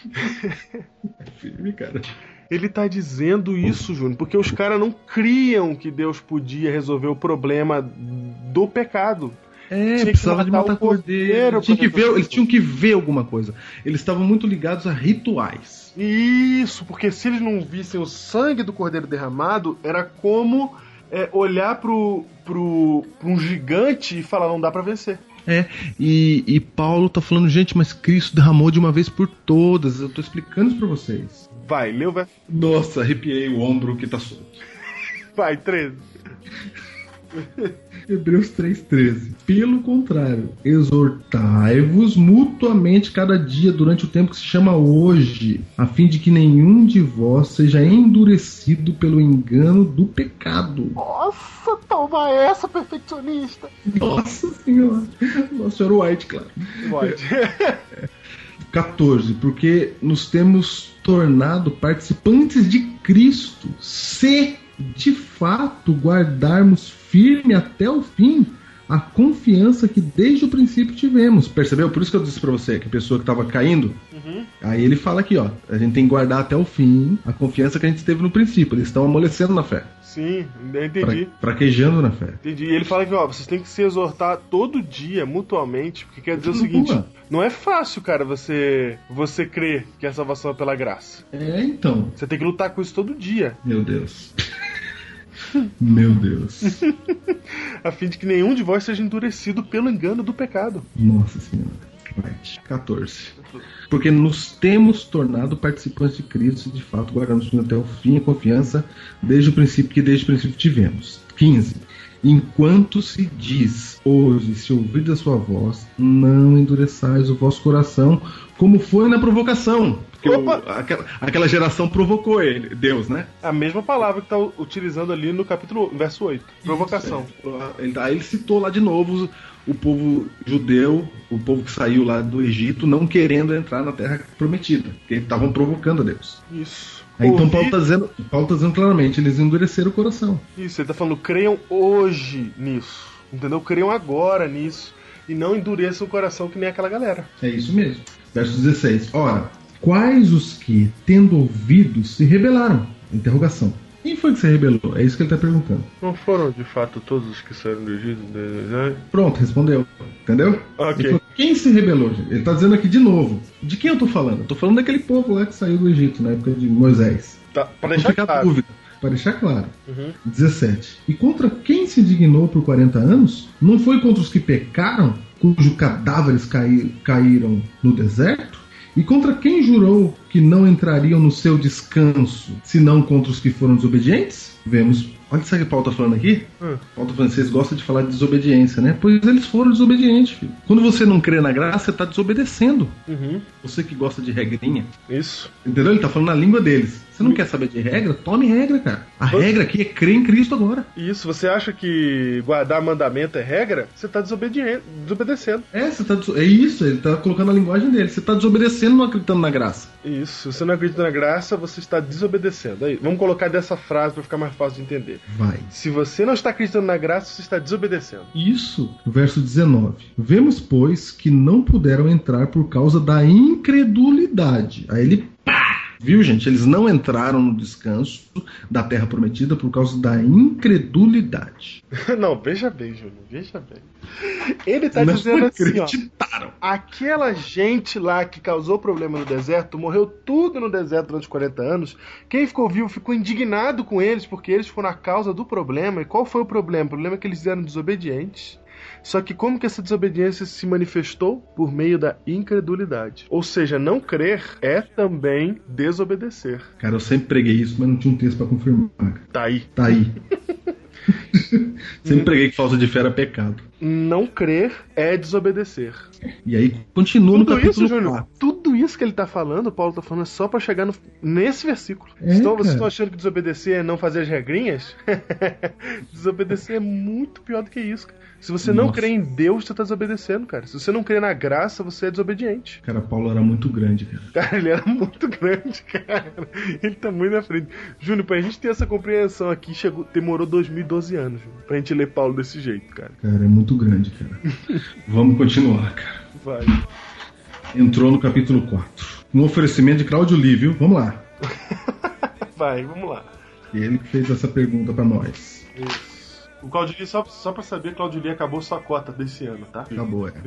É firme, cara. Ele tá dizendo isso, Júnior, porque os caras não criam que Deus podia resolver o problema do pecado. É, tinha precisava de matar cordeiro. Tinha que ver, eles tinham que ver alguma coisa. Eles estavam muito ligados a rituais. Isso, porque se eles não vissem o sangue do cordeiro derramado, era como é, olhar pro, pro, pro um gigante e falar, não dá pra vencer. É, e, e Paulo tá falando, gente, mas Cristo derramou de uma vez por todas. Eu tô explicando isso pra vocês. Vai, leu, vai. Nossa, arrepiei o ombro que tá solto. Vai, treze. Hebreus três, treze. Pelo contrário, exortai-vos mutuamente cada dia durante o tempo que se chama hoje, a fim de que nenhum de vós seja endurecido pelo engano do pecado. Nossa, toma essa, perfeccionista. Nossa senhora. Nossa senhora White, claro. White. quatorze. Porque nos temos tornado participantes de Cristo, se de fato guardarmos firme até o fim a confiança que desde o princípio tivemos. Percebeu? Por isso que eu disse pra você que a pessoa que estava caindo, uhum. Aí ele fala aqui, ó, a gente tem que guardar até o fim a confiança que a gente teve no princípio. Eles estão amolecendo na fé. Sim, eu entendi. Fra- fraquejando na fé. Entendi. E ele fala que, ó, vocês têm que se exortar todo dia, mutuamente, porque quer dizer o seguinte, Pula. Não é fácil, cara, você, você crer que a salvação é pela graça. É, então. Você tem que lutar com isso todo dia. Meu Deus. Meu Deus. A fim de que nenhum de vós seja endurecido pelo engano do pecado. Nossa Senhora. quatorze. Porque nos temos tornado participantes de Cristo e de fato guardamos até o fim a confiança desde o princípio que desde o princípio tivemos. quinze. Enquanto se diz hoje, se ouvir a sua voz, não endureçais o vosso coração, como foi na provocação. Porque o, aquela, aquela geração provocou ele, Deus, né? A mesma palavra que tá utilizando ali no capítulo, verso oito. Provocação. Isso, é. ele, aí ele citou lá de novo o povo judeu, o povo que saiu lá do Egito, não querendo entrar na terra prometida, porque estavam provocando a Deus. Isso. Aí, então Ouvir... Paulo está dizendo, Paulo tá dizendo claramente, eles endureceram o coração. Isso, ele tá falando, creiam hoje nisso, entendeu? Creiam agora nisso, e não endureçam o coração que nem aquela galera. É isso mesmo. Verso dezesseis. Ora, quais os que, tendo ouvido, se rebelaram? Interrogação. Quem foi que se rebelou? É isso que ele está perguntando. Não foram, de fato, todos os que saíram do Egito? Né? Pronto, respondeu. Entendeu? Ok. Falou, quem se rebelou? Ele está dizendo aqui de novo. De quem eu estou falando? Eu estou falando daquele povo lá que saiu do Egito, na época de Moisés. Tá, para deixar claro. Dúvida, para deixar claro. Uhum. dezessete. E contra quem se indignou por quarenta anos? Não foi contra os que pecaram, cujos cadáveres caí, caíram no deserto? E contra quem jurou que não entrariam no seu descanso, senão contra os que foram desobedientes? Vemos. Olha isso que Paulo está falando aqui. Hum. Paulo está falando, vocês gostam de falar de desobediência, né? Pois eles foram desobedientes, filho. Quando você não crê na graça, você está desobedecendo. Uhum. Você que gosta de regrinha. Isso. Entendeu? Ele está falando na língua deles. Você não uhum. quer saber de regra? Tome regra, cara. A você... regra aqui é crer em Cristo agora. Isso. Você acha que guardar mandamento é regra? Você está desobedecendo. É, você tá des... é isso. Ele está colocando a linguagem dele. Você está desobedecendo, não acreditando na graça. Isso. Se você não acredita na graça, você está desobedecendo. Aí, vamos colocar dessa frase para ficar mais fácil de entender. Vai. Se você não está acreditando na graça, você está desobedecendo. Isso. Verso dezenove. Vemos, pois, que não puderam entrar por causa da incredulidade. Aí ele... Pá! Viu, gente? Eles não entraram no descanso da terra prometida por causa da incredulidade. Não, veja bem, Júnior. Veja bem. Ele está dizendo assim, acreditaram. Ó, aquela gente lá que causou problema no deserto, morreu tudo no deserto durante quarenta anos. Quem ficou vivo ficou indignado com eles, porque eles foram a causa do problema. E qual foi o problema? O problema é que eles eram desobedientes. Só que como que essa desobediência se manifestou? Por meio da incredulidade. Ou seja, não crer é também desobedecer. Cara, eu sempre preguei isso, mas não tinha um texto pra confirmar. Tá aí. Tá aí. Sempre preguei que falta de fé era pecado. Não crer é desobedecer. E aí continua tudo no capítulo isso, Júnior, quatro. Tudo isso que ele tá falando, o Paulo tá falando, é só pra chegar no, nesse versículo. É, então vocês cara. estão achando que desobedecer é não fazer as regrinhas? Desobedecer é muito pior do que isso, cara. Se você não Nossa. crê em Deus, você tá desobedecendo, cara. Se você não crê na graça, você é desobediente. Cara, Paulo era muito grande, cara. Cara, ele era muito grande, cara. Ele tá muito na frente. Júnior, pra gente ter essa compreensão aqui, chegou, demorou dois mil e doze anos, Júnior, pra gente ler Paulo desse jeito, cara. Cara, é muito grande, cara. Vamos continuar, cara. Vai. Entrou no capítulo quatro. Um oferecimento de Cláudio Lívio. Vamos lá. Vai, vamos lá. Ele que fez essa pergunta pra nós. Isso. O Claudio Lee, só, só pra saber, Claudio Lee acabou sua cota desse ano, tá? Acabou, é.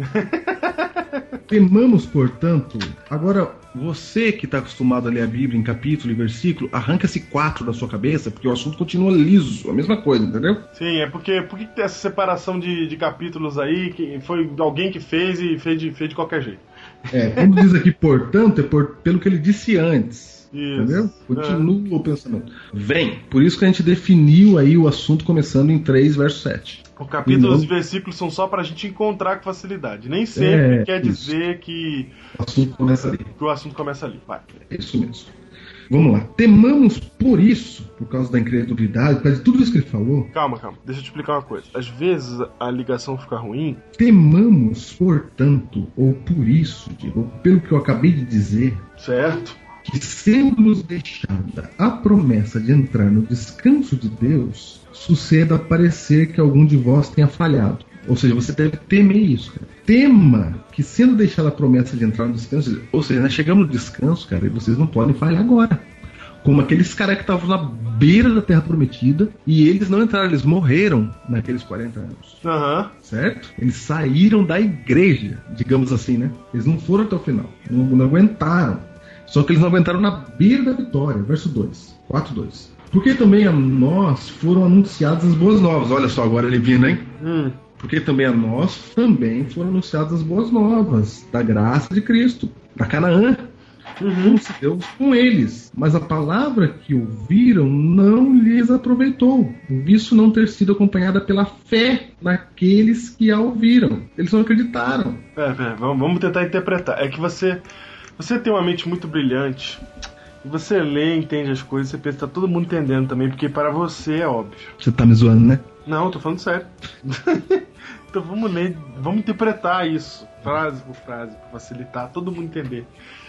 Temamos, portanto... Agora, você que está acostumado a ler a Bíblia em capítulo e versículo, arranca-se quatro da sua cabeça, porque o assunto continua liso, a mesma coisa, entendeu? Sim, é porque por que tem essa separação de, de capítulos aí, que foi alguém que fez e fez de, fez de qualquer jeito? É, quando diz aqui, portanto, é por, pelo que ele disse antes. Isso. Entendeu? Continua é. o pensamento. Vem. Por isso que a gente definiu aí o assunto começando em três, verso sete. O capítulo e os versículos são só pra gente encontrar com facilidade. Nem sempre é, quer isso. dizer que o assunto começa ali. Que o assunto começa ali. Vai. É isso mesmo. Vamos lá. Temamos por isso, por causa da incredulidade, por causa de tudo isso que ele falou. Calma, calma. Deixa eu te explicar uma coisa. Às vezes a ligação fica ruim. Temamos, portanto, ou por isso, digo, pelo que eu acabei de dizer. Certo. Que sendo-nos deixada a promessa de entrar no descanso de Deus, suceda parecer que algum de vós tenha falhado. Ou seja, você deve temer isso, cara. Tema que sendo deixada a promessa de entrar no descanso, ou seja, nós chegamos no descanso, cara, e vocês não podem falhar agora. Como aqueles caras que estavam na beira da Terra Prometida e eles não entraram, eles morreram naqueles quarenta anos. Uhum. Certo? Eles saíram da igreja, digamos assim, né? Eles não foram até o final, não, não aguentaram. Só que eles não aguentaram na beira da vitória. Verso dois. quatro, dois. Porque também a nós foram anunciadas as boas novas. Olha só, agora ele vindo, hein? Hum. Porque também a nós também foram anunciadas as boas novas da graça de Cristo, da Canaã. Uhum. Como se Deus com eles. Mas a palavra que ouviram não lhes aproveitou, visto não ter sido acompanhada pela fé naqueles que a ouviram. Eles não acreditaram. É, é, vamos tentar interpretar. É que você... Você tem uma mente muito brilhante. E você lê, entende as coisas, você pensa que tá todo mundo entendendo também, porque para você é óbvio. Você tá me zoando, né? Não, eu tô falando sério. Então vamos ler, vamos interpretar isso, frase por frase, para facilitar todo mundo entender.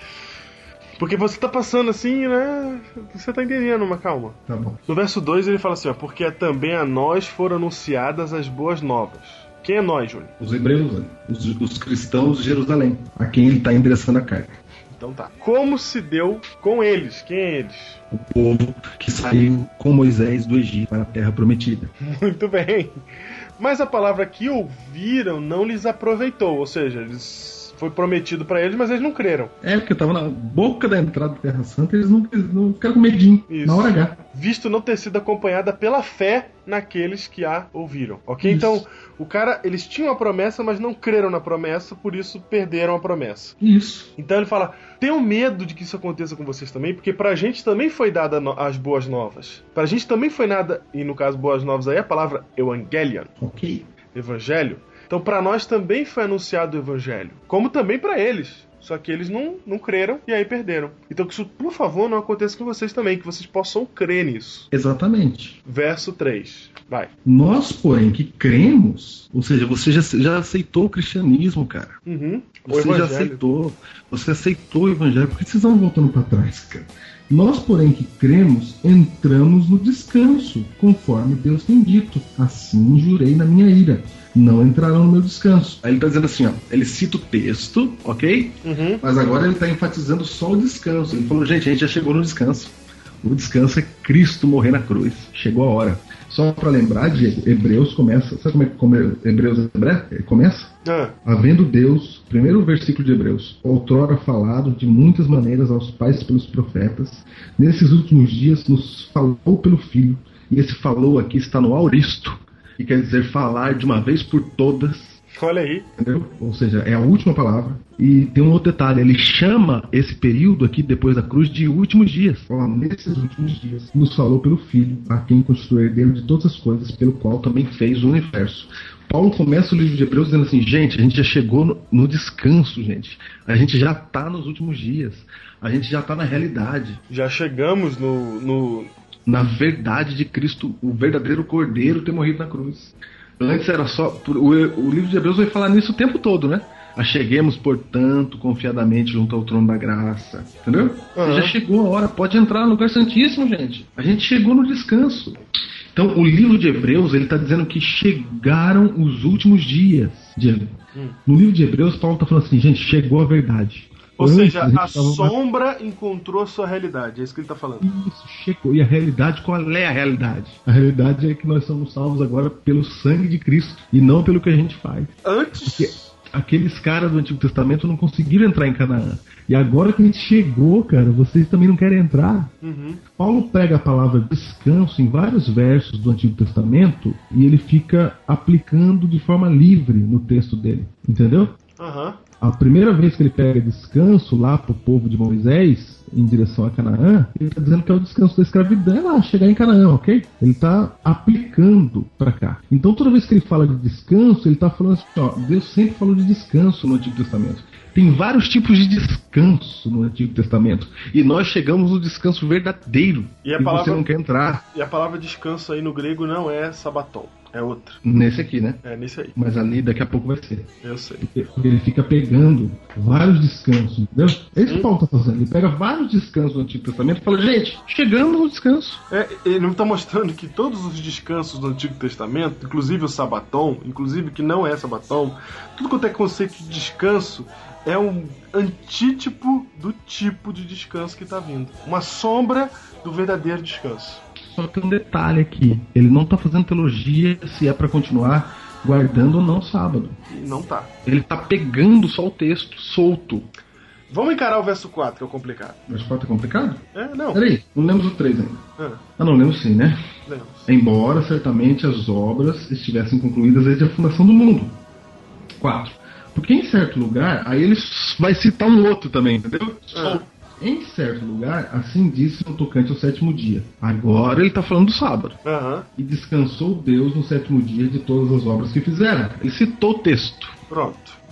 Porque você tá passando assim, né? Você tá entendendo, mas calma. Tá bom. No verso dois ele fala assim, ó, porque também a nós foram anunciadas as boas novas. Quem é nós, Júnior? Os hebreus, né? os, os cristãos de Jerusalém, a quem ele tá endereçando a carta. Então tá. Como se deu com eles? Quem é eles? O povo que saiu com Moisés do Egito para a terra prometida. Muito bem. Mas a palavra que ouviram não lhes aproveitou, ou seja, eles... foi prometido para eles, mas eles não creram. É, porque tava na boca da entrada da Terra Santa, eles não, eles não ficaram com medinho. Isso. Na hora H. Visto não ter sido acompanhada pela fé naqueles que a ouviram. Ok? Isso. Então, o cara, eles tinham a promessa, mas não creram na promessa, por isso perderam a promessa. Isso. Então ele fala, tenham medo de que isso aconteça com vocês também, porque pra gente também foi dada no- as boas novas. Pra gente também foi nada, e no caso boas novas aí, a palavra evangelion. Ok. Evangelho. Então para nós também foi anunciado o evangelho, como também para eles. Só que eles não, não creram e aí perderam. Então que isso, por favor, não aconteça com vocês também, que vocês possam crer nisso. Exatamente. Verso três. Vai. Nós, porém, que cremos, ou seja, você já, já aceitou o cristianismo, cara. Uhum. O Você já evangelho. aceitou. Você aceitou o evangelho. Por que vocês estão voltando para trás, cara? Nós, porém, que cremos, entramos no descanso, conforme Deus tem dito. Assim jurei na minha ira. Não entrarão no meu descanso. Aí ele está dizendo assim, ó. Ele cita o texto, ok? Uhum. Mas agora ele está enfatizando só o descanso. Ele falou, gente, a gente já chegou no descanso. O descanso é Cristo morrer na cruz. Chegou a hora. Só para lembrar, Diego, Hebreus começa... Sabe como é que como Hebreus começa? Ah. Havendo Deus, primeiro versículo de Hebreus, outrora falado de muitas maneiras aos pais pelos profetas, nesses últimos dias nos falou pelo Filho, e esse falou aqui está no auristo, que quer dizer falar de uma vez por todas. Olha aí. Entendeu? Ou seja, é a última palavra. E tem um outro detalhe, ele chama esse período aqui depois da cruz de últimos dias. Ó, nesses últimos dias nos falou pelo Filho, a quem constituiu herdeiro de todas as coisas, pelo qual também fez o universo. Paulo começa o livro de Hebreus dizendo assim, gente, a gente já chegou no, no descanso, gente. A gente já está nos últimos dias. A gente já está na realidade. Já chegamos no, no... na verdade de Cristo, o verdadeiro Cordeiro ter morrido na cruz. Antes era só... O, o livro de Hebreus vai falar nisso o tempo todo, né? Acheguemos, portanto, confiadamente junto ao trono da graça. Entendeu? Uhum. Já chegou a hora, pode entrar no lugar santíssimo, gente. A gente chegou no descanso. Então, o livro de Hebreus, ele está dizendo que chegaram os últimos dias. Diego. Hum. No livro de Hebreus, Paulo está falando assim, gente, chegou a verdade. Ou Antes, seja, a gente a tava- sombra encontrou a sua realidade. É isso que ele tá falando. Isso, chegou. E a realidade, qual é a realidade? A realidade é que nós somos salvos agora pelo sangue de Cristo e não pelo que a gente faz. Antes... Porque aqueles caras do Antigo Testamento não conseguiram entrar em Canaã. E agora que a gente chegou, cara, vocês também não querem entrar. Uhum. Paulo prega a palavra descanso em vários versos do Antigo Testamento e ele fica aplicando de forma livre no texto dele. Entendeu? Aham. A primeira vez que ele pega descanso lá pro povo de Moisés, em direção a Canaã, ele está dizendo que é o descanso da escravidão, é lá, chegar em Canaã, ok? Ele está aplicando para cá. Então toda vez que ele fala de descanso, ele está falando assim, ó, Deus sempre falou de descanso no Antigo Testamento. Tem vários tipos de descanso no Antigo Testamento. E nós chegamos no descanso verdadeiro. E a e palavra- você não quer entrar E a palavra descanso aí no grego não é sabaton, é outra. nesse aqui, né? É nesse aí, Mas ali daqui a pouco vai ser. eu sei. Porque ele fica pegando vários descansos, entendeu? É isso que o Paulo está fazendo. Ele pega vários descansos do Antigo Testamento e fala, gente, chegamos no descanso. É, ele não está mostrando que todos os descansos do Antigo Testamento, inclusive o sabaton, inclusive que não é sabaton, tudo quanto é conceito de descanso é um antítipo do tipo de descanso que está vindo. Uma sombra do verdadeiro descanso. Só tem um detalhe aqui. Ele não está fazendo teologia se é para continuar guardando ou não sábado. E não tá. Ele está pegando só o texto, solto. Vamos encarar o verso quatro, que é o complicado. Mas quatro é complicado? É, não. Peraí, não lemos o três ainda. Ah, Ah, não, lemos sim, né? lemos. Embora certamente as obras estivessem concluídas desde a fundação do mundo. quatro. Porque em certo lugar, aí ele vai citar um outro também, entendeu? Ah. Em certo lugar, assim disse no tocante ao sétimo dia. Agora ele está falando do sábado. Aham, E descansou Deus no sétimo dia de todas as obras que fizeram. Ele citou o texto. pronto.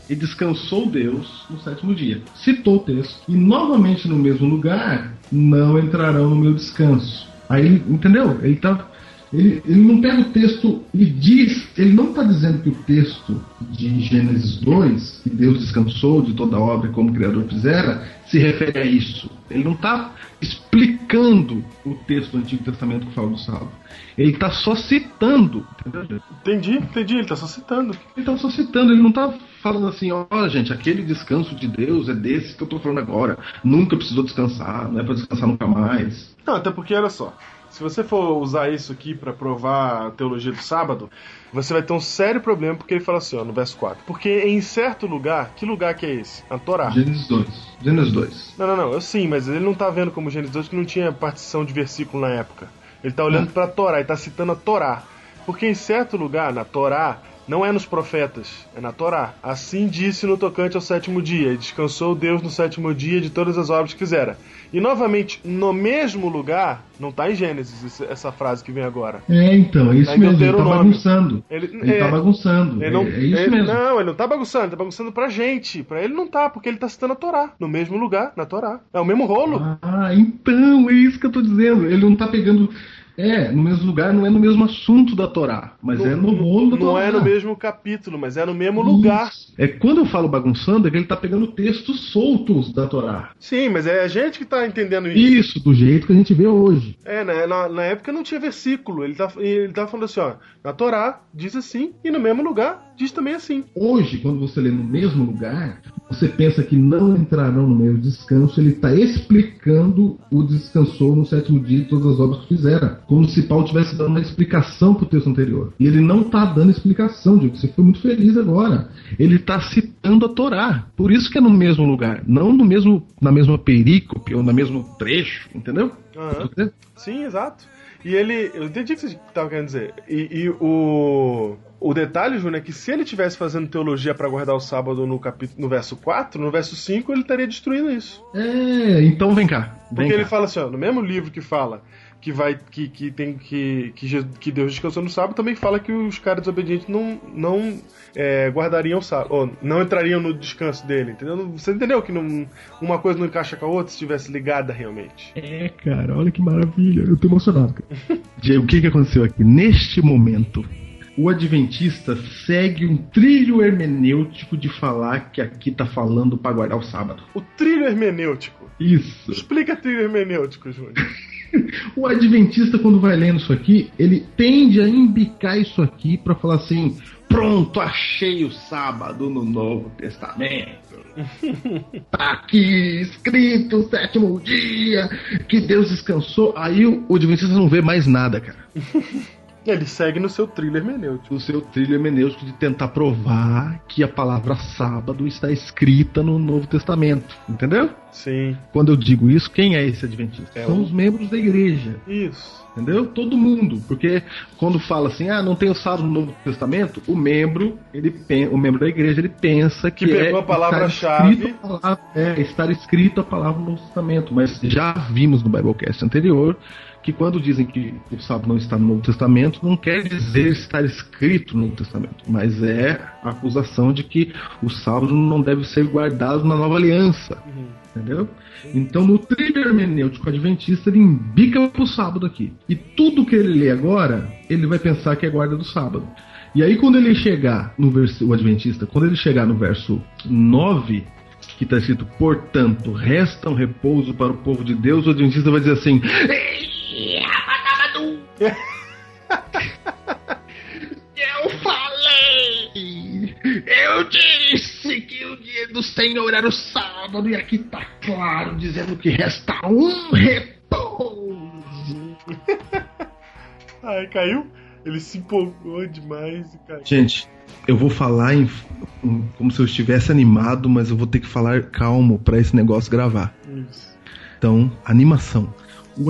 e descansou Deus no sétimo dia. Citou o texto. E novamente no mesmo lugar, não entrarão no meu descanso. Aí, entendeu? Ele tá... Ele, ele não pega o texto e diz, ele não está dizendo que o texto de Gênesis dois, que Deus descansou de toda a obra como o Criador fizera, se refere a isso. Ele não está explicando o texto do Antigo Testamento que fala do sábado. Ele está só citando. Entendeu? Entendi, entendi, ele está só citando. Ele está só citando, ele não está falando assim, olha gente, aquele descanso de Deus é desse que eu estou falando agora. Nunca precisou descansar, não é para descansar nunca mais. Não, até porque, olha só, se você for usar isso aqui para provar a teologia do sábado, você vai ter um sério problema, porque ele fala assim, ó, no verso quatro. Porque em certo lugar, que lugar que é esse? A Torá. Gênesis dois. Gênesis dois. Não, não, não, eu sim, mas ele não tá vendo como Gênesis dois, que não tinha partição de versículo na época. Ele tá olhando ah. para a Torá, ele tá citando a Torá. Porque em certo lugar, na Torá, não é nos profetas, é na Torá. Assim disse no tocante ao sétimo dia, e descansou Deus no sétimo dia de todas as obras que fizera. E novamente, no mesmo lugar, não está em Gênesis essa frase que vem agora. É, então, é isso tá mesmo, ele tá bagunçando. Ele, ele é, tá bagunçando, ele não, é, é isso ele, mesmo. Não, ele não tá bagunçando, ele tá bagunçando pra gente. Pra ele não tá, porque ele tá citando a Torá, no mesmo lugar, na Torá. É o mesmo rolo. Ah, então, é isso que eu tô dizendo. Ele não tá pegando... É, no mesmo lugar, não é no mesmo assunto da Torá, mas no, é no rolo da Torá. Não é no mesmo capítulo, mas é no mesmo Isso. lugar. É quando eu falo bagunçando, é que ele tá pegando textos soltos da Torá. Sim, mas é a gente que tá entendendo isso. Isso, do jeito que a gente vê hoje. É, né, na, na época não tinha versículo, ele tá, ele tá falando assim, ó, na Torá diz assim, e no mesmo lugar diz também assim. Hoje, quando você lê no mesmo lugar, você pensa que não entrarão no meio descanso, ele tá explicando o descansou no sétimo dia de todas as obras que fizeram. Como se Paulo estivesse dando uma explicação pro texto anterior. E ele não está dando explicação, Diego. Você foi muito feliz agora. Ele está citando a Torá. Por isso que é no mesmo lugar. Não no mesmo, na mesma perícope ou no mesmo trecho. Entendeu? Uhum. Sim, exato. E ele... Eu entendi o que você estava querendo dizer. E, e o... O detalhe, Júnior, é que se ele estivesse fazendo teologia para guardar o sábado no, capítulo, no verso quatro, no verso cinco ele estaria destruindo isso. É, então vem cá. Vem Porque cá. ele fala assim, ó, no mesmo livro que fala que vai que, que tem que, que que Deus descansou no sábado, também fala que os caras desobedientes não não é, guardariam o sábado, ou não entrariam no descanso dele, entendeu? Você entendeu que não, uma coisa não encaixa com a outra se estivesse ligada realmente? É, cara, olha que maravilha, eu tô emocionado, cara. Diego, o que que aconteceu aqui? Neste momento, o adventista segue um trilho hermenêutico de falar que aqui tá falando para guardar o sábado. O trilho hermenêutico? Isso. Explica trilho hermenêutico, Júnior. O adventista, quando vai lendo isso aqui, ele tende a embicar isso aqui para falar assim: pronto, achei o sábado no Novo Testamento. Tá aqui escrito o sétimo dia, que Deus descansou. Aí o, o adventista não vê mais nada, cara. Ele segue no seu trilho hermenêutico. No seu trilho hermenêutico de tentar provar que a palavra sábado está escrita no Novo Testamento. Entendeu? Sim. Quando eu digo isso, quem é esse adventista? É São o... os membros da igreja. Isso. Entendeu? Todo mundo. Porque quando fala assim, ah, não tem o sábado no Novo Testamento, o membro, ele o membro da igreja, ele pensa que, que pegou é a palavra-chave. É, estar escrito a palavra no Novo Testamento. Mas já vimos no Biblecast anterior que quando dizem que o sábado não está no Novo Testamento, não quer dizer estar escrito no Novo Testamento, mas é a acusação de que o sábado não deve ser guardado na Nova Aliança. Uhum. Entendeu? Então, no trilho hermenêutico adventista, ele embica pro sábado aqui. E tudo que ele lê agora, ele vai pensar que é guarda do sábado. E aí, quando ele chegar no verso, o adventista, quando ele chegar no verso nove, que está escrito, portanto, resta um repouso para o povo de Deus, o adventista vai dizer assim: eu falei, eu disse que o dia do Senhor era o sábado, e aqui tá claro dizendo que resta um repouso. Ai, caiu? Ele se empolgou demais e caiu. Gente, eu vou falar em, como se eu estivesse animado, mas eu vou ter que falar calmo para esse negócio gravar. Isso. Então, animação. O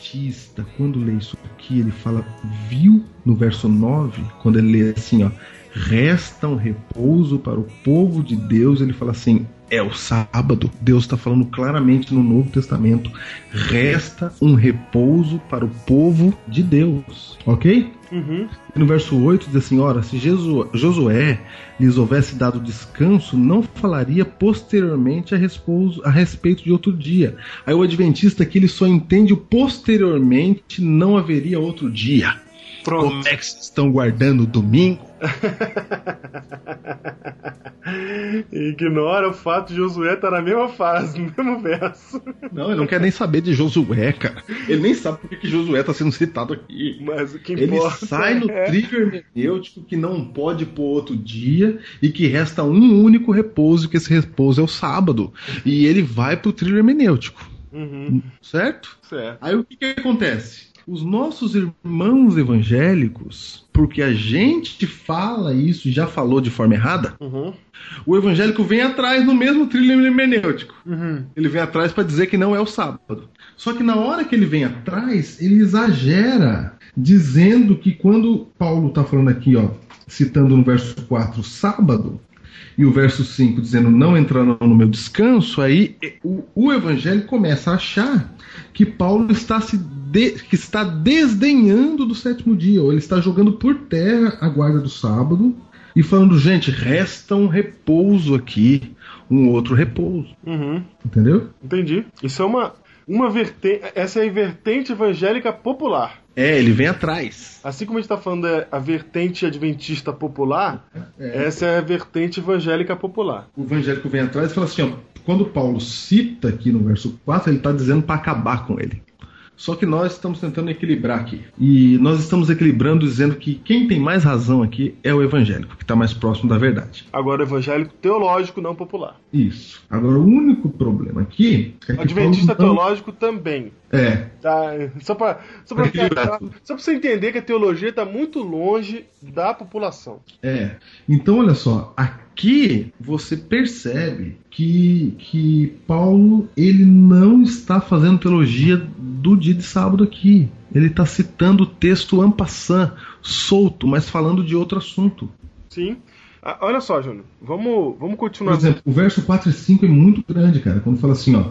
adventista, quando lê isso aqui, ele fala, viu no verso nove, quando ele lê assim, ó, resta um repouso para o povo de Deus. Ele fala assim, é o sábado. Deus está falando claramente no Novo Testamento. Resta um repouso para o povo de Deus. Ok? Uhum. No verso oito diz assim, ora, se Josué lhes houvesse dado descanso, não falaria posteriormente a, repouso, a respeito de outro dia. Aí o adventista aqui ele só entende o posteriormente, não haveria outro dia. Pronto. Como é que vocês estão guardando o domingo? Ignora o fato de Josué estar na mesma fase, no mesmo verso. Não, ele não quer nem saber de Josué, cara. Ele nem sabe por que Josué está sendo citado aqui. Mas o que ele importa sai no é... trigger hermenêutico que não pode pôr outro dia e que resta um único repouso, que esse repouso é o sábado. E ele vai pro trigger hermenêutico. Uhum. Certo? Certo. Aí o que, que acontece? Os nossos irmãos evangélicos, porque a gente fala isso e já falou de forma errada, uhum. o evangélico vem atrás no mesmo trilho hermenêutico. Uhum. Ele vem atrás para dizer que não é o sábado. Só que na hora que ele vem atrás, ele exagera, dizendo que quando Paulo está falando aqui, ó, citando no verso quatro, sábado, e o verso cinco dizendo não entrarão no meu descanso, aí o, o evangelho começa a achar que Paulo está se de, que está desdenhando do sétimo dia, ou ele está jogando por terra a guarda do sábado e falando, gente, resta um repouso aqui, um outro repouso. Uhum. Entendeu? Entendi. Isso é uma, uma vertente, essa é a vertente evangélica popular. É, ele vem atrás. Assim como a gente está falando da vertente adventista popular, é. Essa é a vertente evangélica popular. O evangélico vem atrás e fala assim, ó, quando Paulo cita aqui no verso quatro, ele está dizendo para acabar com ele. Só que nós estamos tentando equilibrar aqui. E nós estamos equilibrando dizendo que quem tem mais razão aqui é o evangélico, que está mais próximo da verdade. Agora o evangélico teológico, não popular. Isso. Agora o único problema aqui... É que adventista Paulo não... teológico também. É. Tá, só para só pra, só pra você entender que a teologia está muito longe da população. É. Então, olha só, aqui você percebe que, que Paulo ele não está fazendo teologia do dia de sábado aqui. Ele está citando o texto en passant, solto, mas falando de outro assunto. Sim. Ah, olha só, Júnior, vamos, vamos continuar. Por exemplo, o verso quatro e cinco é muito grande, cara, quando fala assim, ó.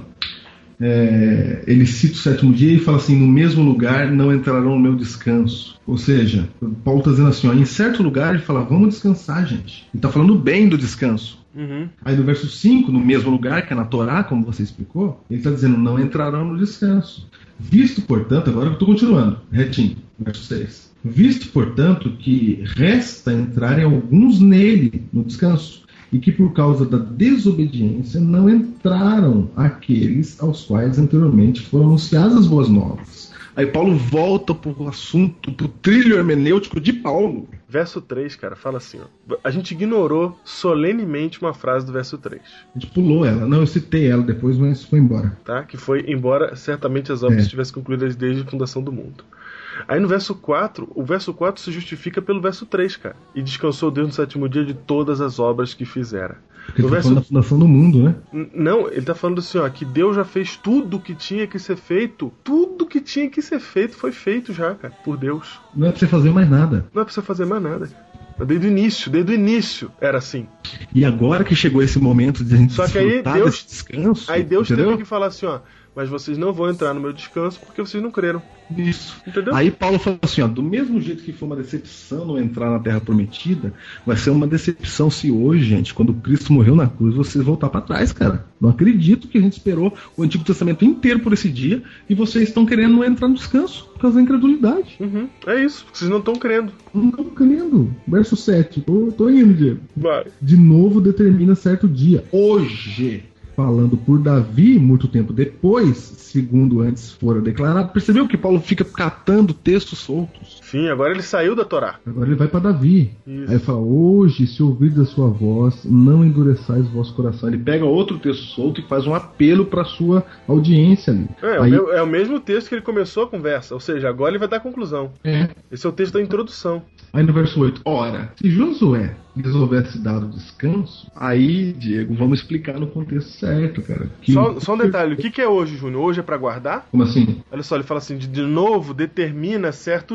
É, ele cita o sétimo dia e fala assim, no mesmo lugar não entrarão no meu descanso. Ou seja, Paulo está dizendo assim, ó, em certo lugar ele fala, vamos descansar, gente. Ele está falando bem do descanso. Uhum. Aí no verso cinco, no mesmo lugar, que é na Torá, como você explicou, ele está dizendo, não entrarão no descanso. Visto, portanto, agora eu estou continuando, retinho, verso seis. Visto, portanto, que resta entrarem alguns nele, no descanso, e que por causa da desobediência não entraram aqueles aos quais anteriormente foram anunciadas as boas novas. Aí Paulo volta pro assunto, pro trilho hermenêutico de Paulo. Verso três, cara, fala assim, ó. A gente ignorou solenemente uma frase do verso três. A gente pulou ela. Não, eu citei ela depois, mas foi embora. Tá? Que foi, embora certamente as obras é. estivessem concluídas desde a fundação do mundo. Aí no verso quatro, o verso quatro se justifica pelo verso três, cara. E descansou Deus no sétimo dia de todas as obras que fizera. Porque no ele verso... tá falando da fundação do mundo, né? N- não, ele tá falando assim, ó, que Deus já fez tudo o que tinha que ser feito. Tudo que tinha que ser feito foi feito já, cara, por Deus. Não é pra você fazer mais nada. Não é pra você fazer mais nada. Desde o início, desde o início era assim. E agora que chegou esse momento de a gente Só que aí desfrutar Deus, desse descanso, aí Deus entendeu? teve que falar assim, ó, mas vocês não vão entrar no meu descanso porque vocês não creram. Isso. Entendeu? Aí Paulo fala assim, ó, do mesmo jeito que foi uma decepção não entrar na Terra Prometida, vai ser uma decepção se hoje, gente, quando Cristo morreu na cruz, vocês voltar para trás, cara. Não acredito que a gente esperou o Antigo Testamento inteiro por esse dia e vocês estão querendo não entrar no descanso por causa da incredulidade. Uhum. É isso, vocês não estão crendo. Não estão crendo. Verso sete. Tô, tô indo, Diego. Vai. De novo determina certo dia. Hoje. Falando por Davi, muito tempo depois, segundo antes fora declarado. Percebeu que Paulo fica catando textos soltos? Sim, agora ele saiu da Torá. Agora ele vai para Davi. Isso. Aí ele fala, hoje, se ouvides a sua voz, não endureçais o vosso coração. Ele pega outro texto solto e faz um apelo para sua audiência ali. É, Aí, é, o, é o mesmo texto que ele começou a conversa, ou seja, agora ele vai dar a conclusão. É. Esse é o texto da introdução. Aí no verso oito, ora, se Josué lhes houvesse dado descanso, aí, Diego, vamos explicar no contexto certo, cara. Que... Só, só um detalhe, o que, que é hoje, Júnior? Hoje é pra guardar? Como assim? Olha só, ele fala assim, de, de novo determina certo dia.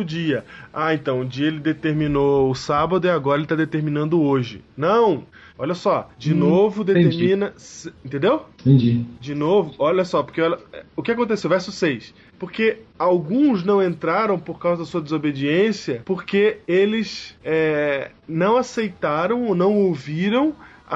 Ah, então, um dia ele determinou o sábado e agora ele está determinando hoje. Não! Olha só, de hum, novo determina... Entendi. Entendeu? Entendi. De novo, olha só, porque olha, o que aconteceu? Verso seis. Porque alguns não entraram por causa da sua desobediência, porque eles é, não aceitaram ou não ouviram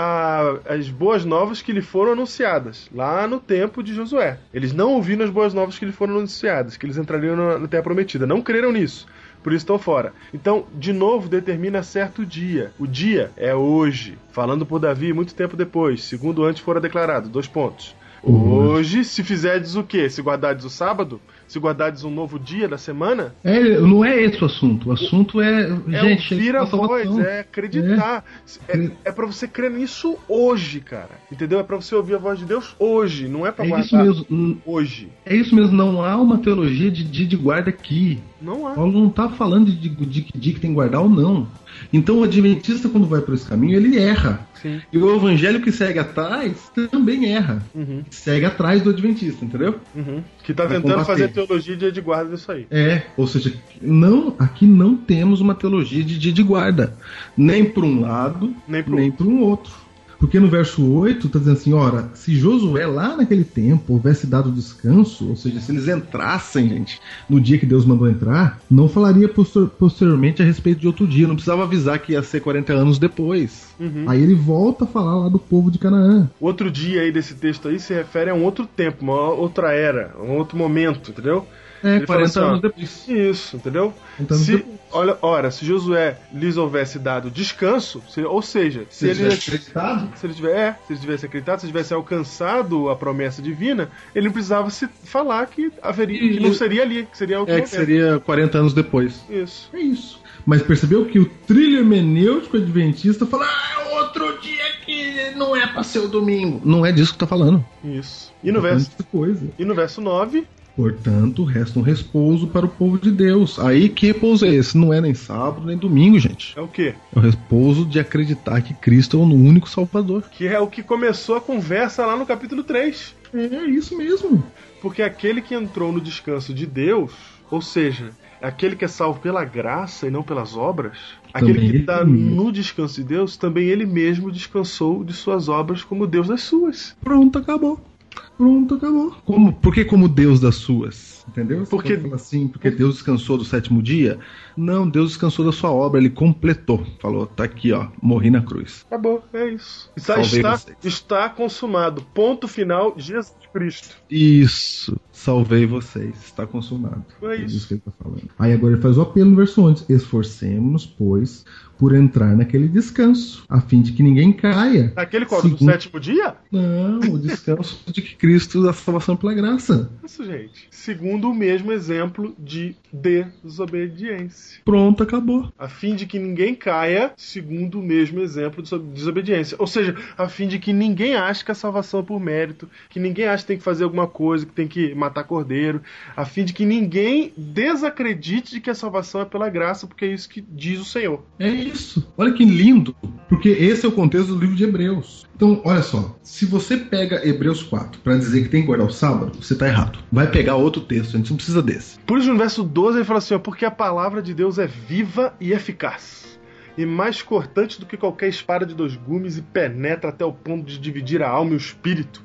a, as boas novas que lhe foram anunciadas, lá no tempo de Josué. Eles não ouviram as boas novas que lhe foram anunciadas, que eles entrariam na, na terra prometida. Não creram nisso. Por isso estão fora. Então, de novo, determina certo dia. O dia é hoje. Falando por Davi muito tempo depois, segundo antes fora declarado. Dois pontos. Hoje, se fizerdes o quê? Se guardardes o sábado? Se guardardes um novo dia da semana? É, não é esse o assunto. O assunto é... É gente, ouvir a voz, é acreditar. É, é, é pra você crer nisso hoje, cara. Entendeu? É pra você ouvir a voz de Deus hoje. Não é pra é guardar isso mesmo. hoje. É isso mesmo. Não há uma teologia de dia de guarda aqui. Não há. Paulo não tá falando de, de que dia que tem que guardar ou não. Então o adventista, quando vai por esse caminho, ele erra. Sim. E o evangelho que segue atrás também erra. Uhum. Segue atrás do adventista, entendeu? Uhum. Que tá Pra tentando combater. fazer teologia de dia de guarda disso aí. É, ou seja, não, aqui não temos uma teologia de dia de guarda. Nem para um lado, Nem pro nem para um outro. Porque no verso oito está dizendo assim, ora, se Josué lá naquele tempo houvesse dado descanso, ou seja, se eles entrassem, gente, no dia que Deus mandou entrar, não falaria posterior, posteriormente a respeito de outro dia, não precisava avisar que ia ser quarenta anos depois. Uhum. Aí ele volta a falar lá do povo de Canaã. Outro dia aí desse texto aí se refere a um outro tempo, uma outra era, um outro momento, entendeu? É, Ele fala quarenta assim, ó, anos depois. Isso, entendeu? quarenta anos Se, depois. olha, ora, se Josué lhes houvesse dado descanso, se, ou seja, se, Se ele ele tivesse acreditado? se ele tiver, é, se ele tivesse acreditado, se ele tivesse alcançado a promessa divina, ele não precisava se falar que haveria, que não seria ali, que seria outro É, que momento. seria quarenta anos depois. Isso. É isso. Mas percebeu que o trilho hermenêutico adventista fala, ah, outro dia que não é pra ser o domingo. Não é disso que tá falando. Isso. E no Tá verso, falando de coisa. e no verso nove, Portanto, resta um repouso para o povo de Deus. Aí que repouso é esse? Não é nem sábado, nem domingo, gente. é o quê? É o repouso de acreditar que Cristo é o único Salvador. Que é o que começou a conversa lá no capítulo três. É isso mesmo. Porque aquele que entrou no descanso de Deus, ou seja, aquele que é salvo pela graça e não pelas obras, Também aquele que ele está mesmo. no descanso de Deus, também ele mesmo descansou de suas obras como Deus das suas. Pronto, acabou. Pronto, acabou. Como, por que como Deus das suas? Entendeu? Você Porque- pode falar assim, porque Deus descansou do sétimo dia? Não, Deus descansou da sua obra, ele completou. Falou, tá aqui, ó, morri na cruz. Acabou, é isso. Está, Salvei está, vocês. está consumado. Ponto final, Jesus Cristo. Isso, salvei vocês, está consumado. É isso. que ele tá falando. Aí agora ele faz o apelo no verso onze: esforcemos-nos, pois, por entrar naquele descanso, a fim de que ninguém caia. Aquele qual? Do Segundo- sétimo dia? Não, o descanso de que Cristo dá salvação pela graça. Isso, gente. Segundo o mesmo exemplo de desobediência. Pronto, acabou. A fim de que ninguém caia, segundo o mesmo exemplo de desobediência. Ou seja, a fim de que ninguém ache que a salvação é por mérito, que ninguém ache que tem que fazer alguma coisa, que tem que matar cordeiro, a fim de que ninguém desacredite de que a salvação é pela graça, porque é isso que diz o Senhor. É isso. Olha que lindo. Porque esse é o contexto do livro de Hebreus. Então, olha só. Se você pega Hebreus quatro para dizer que tem que guardar o sábado, você tá errado. Vai pegar outro texto, a gente não precisa desse. Por isso, no verso doze, ele fala assim, ó, porque a palavra de Deus é viva e eficaz, e mais cortante do que qualquer espada de dois gumes, e penetra até o ponto de dividir a alma e o espírito,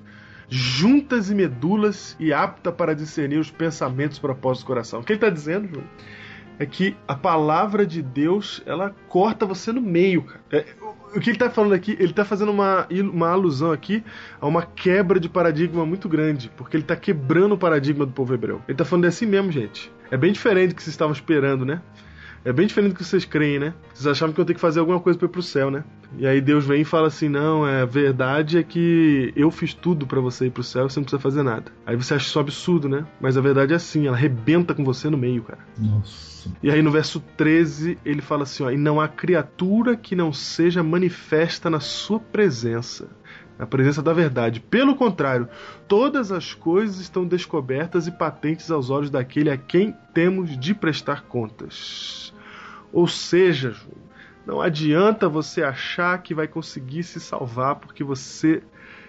juntas e medulas, e apta para discernir os pensamentos e propósitos do coração. O que ele está dizendo, João, é que a palavra de Deus, ela corta você no meio, cara. É, o que ele está falando aqui, ele está fazendo uma, uma alusão aqui a uma quebra de paradigma muito grande, porque ele está quebrando o paradigma do povo hebreu. Ele está falando assim mesmo, gente. É bem diferente do que vocês estavam esperando, né? É bem diferente do que vocês creem, né? Vocês achavam que eu tenho que fazer alguma coisa para ir pro céu, né? E aí Deus vem e fala assim, não, é, a verdade é que eu fiz tudo para você ir pro céu, você não precisa fazer nada. Aí você acha isso absurdo, né? Mas a verdade é assim, ela arrebenta com você no meio, cara. Nossa. E aí no verso treze ele fala assim, ó, e não há criatura que não seja manifesta na sua presença, na presença da verdade. Pelo contrário, todas as coisas estão descobertas e patentes aos olhos daquele a quem temos de prestar contas. Ou seja, João, não adianta você achar que vai conseguir se salvar porque você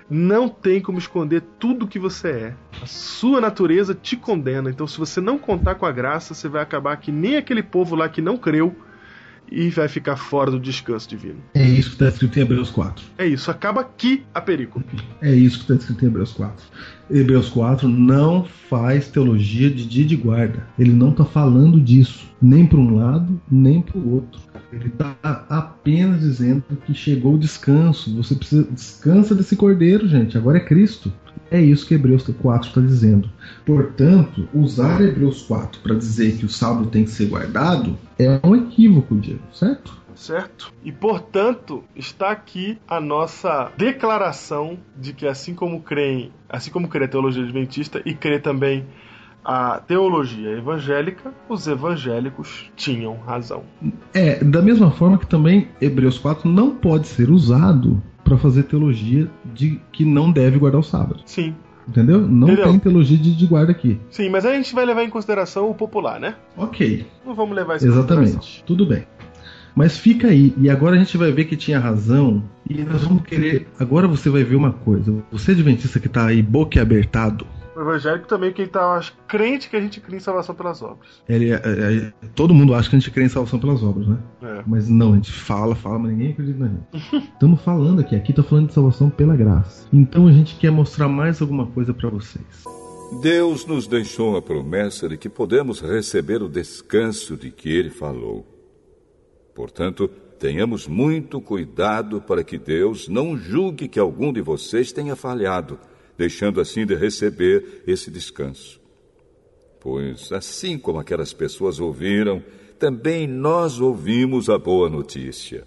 não tem como esconder tudo que você é. A sua natureza te condena. Então, se você não contar com a graça, você vai acabar que nem aquele povo lá que não creu e vai ficar fora do descanso divino. É isso que está escrito em Hebreus quatro. É isso, acaba aqui a perigo. É isso que está escrito em Hebreus quatro. Hebreus quatro não faz teologia de dia de guarda. Ele não está falando disso, nem para um lado, nem para o outro. Ele está apenas dizendo que chegou o descanso. Você precisa descansa desse cordeiro, gente. Agora é Cristo. É isso que Hebreus quatro está dizendo. Portanto, usar Hebreus quatro para dizer que o sábado tem que ser guardado é um equívoco, Diego, certo? Certo? E, portanto, está aqui a nossa declaração de que assim como creem, assim como crê a teologia adventista e crê também a teologia evangélica, os evangélicos tinham razão. É, da mesma forma que também Hebreus quatro não pode ser usado para fazer teologia de que não deve guardar o sábado. Sim. Entendeu? Não Entendeu? Tem teologia de, de guarda aqui. Sim, mas aí a gente vai levar em consideração o popular, né? Ok. Não vamos levar isso em consideração. Exatamente. Tudo bem. Mas fica aí, e agora a gente vai ver que tinha razão, e nós vamos querer... Agora você vai ver uma coisa. Você adventista que está aí boquiabertado, O evangélico também, quem tá crente que a gente crê em salvação pelas obras. ele, é, é, todo mundo acha que a gente crê em salvação pelas obras, né? É. Mas não, a gente fala, fala, mas ninguém acredita na gente. Estamos falando aqui, aqui tá falando de salvação pela graça. Então a gente quer mostrar mais alguma coisa para vocês. Deus nos deixou a promessa de que podemos receber o descanso de que Ele falou. Portanto, tenhamos muito cuidado para que Deus não julgue que algum de vocês tenha falhado, deixando assim de receber esse descanso. Pois, assim como aquelas pessoas ouviram, também nós ouvimos a boa notícia.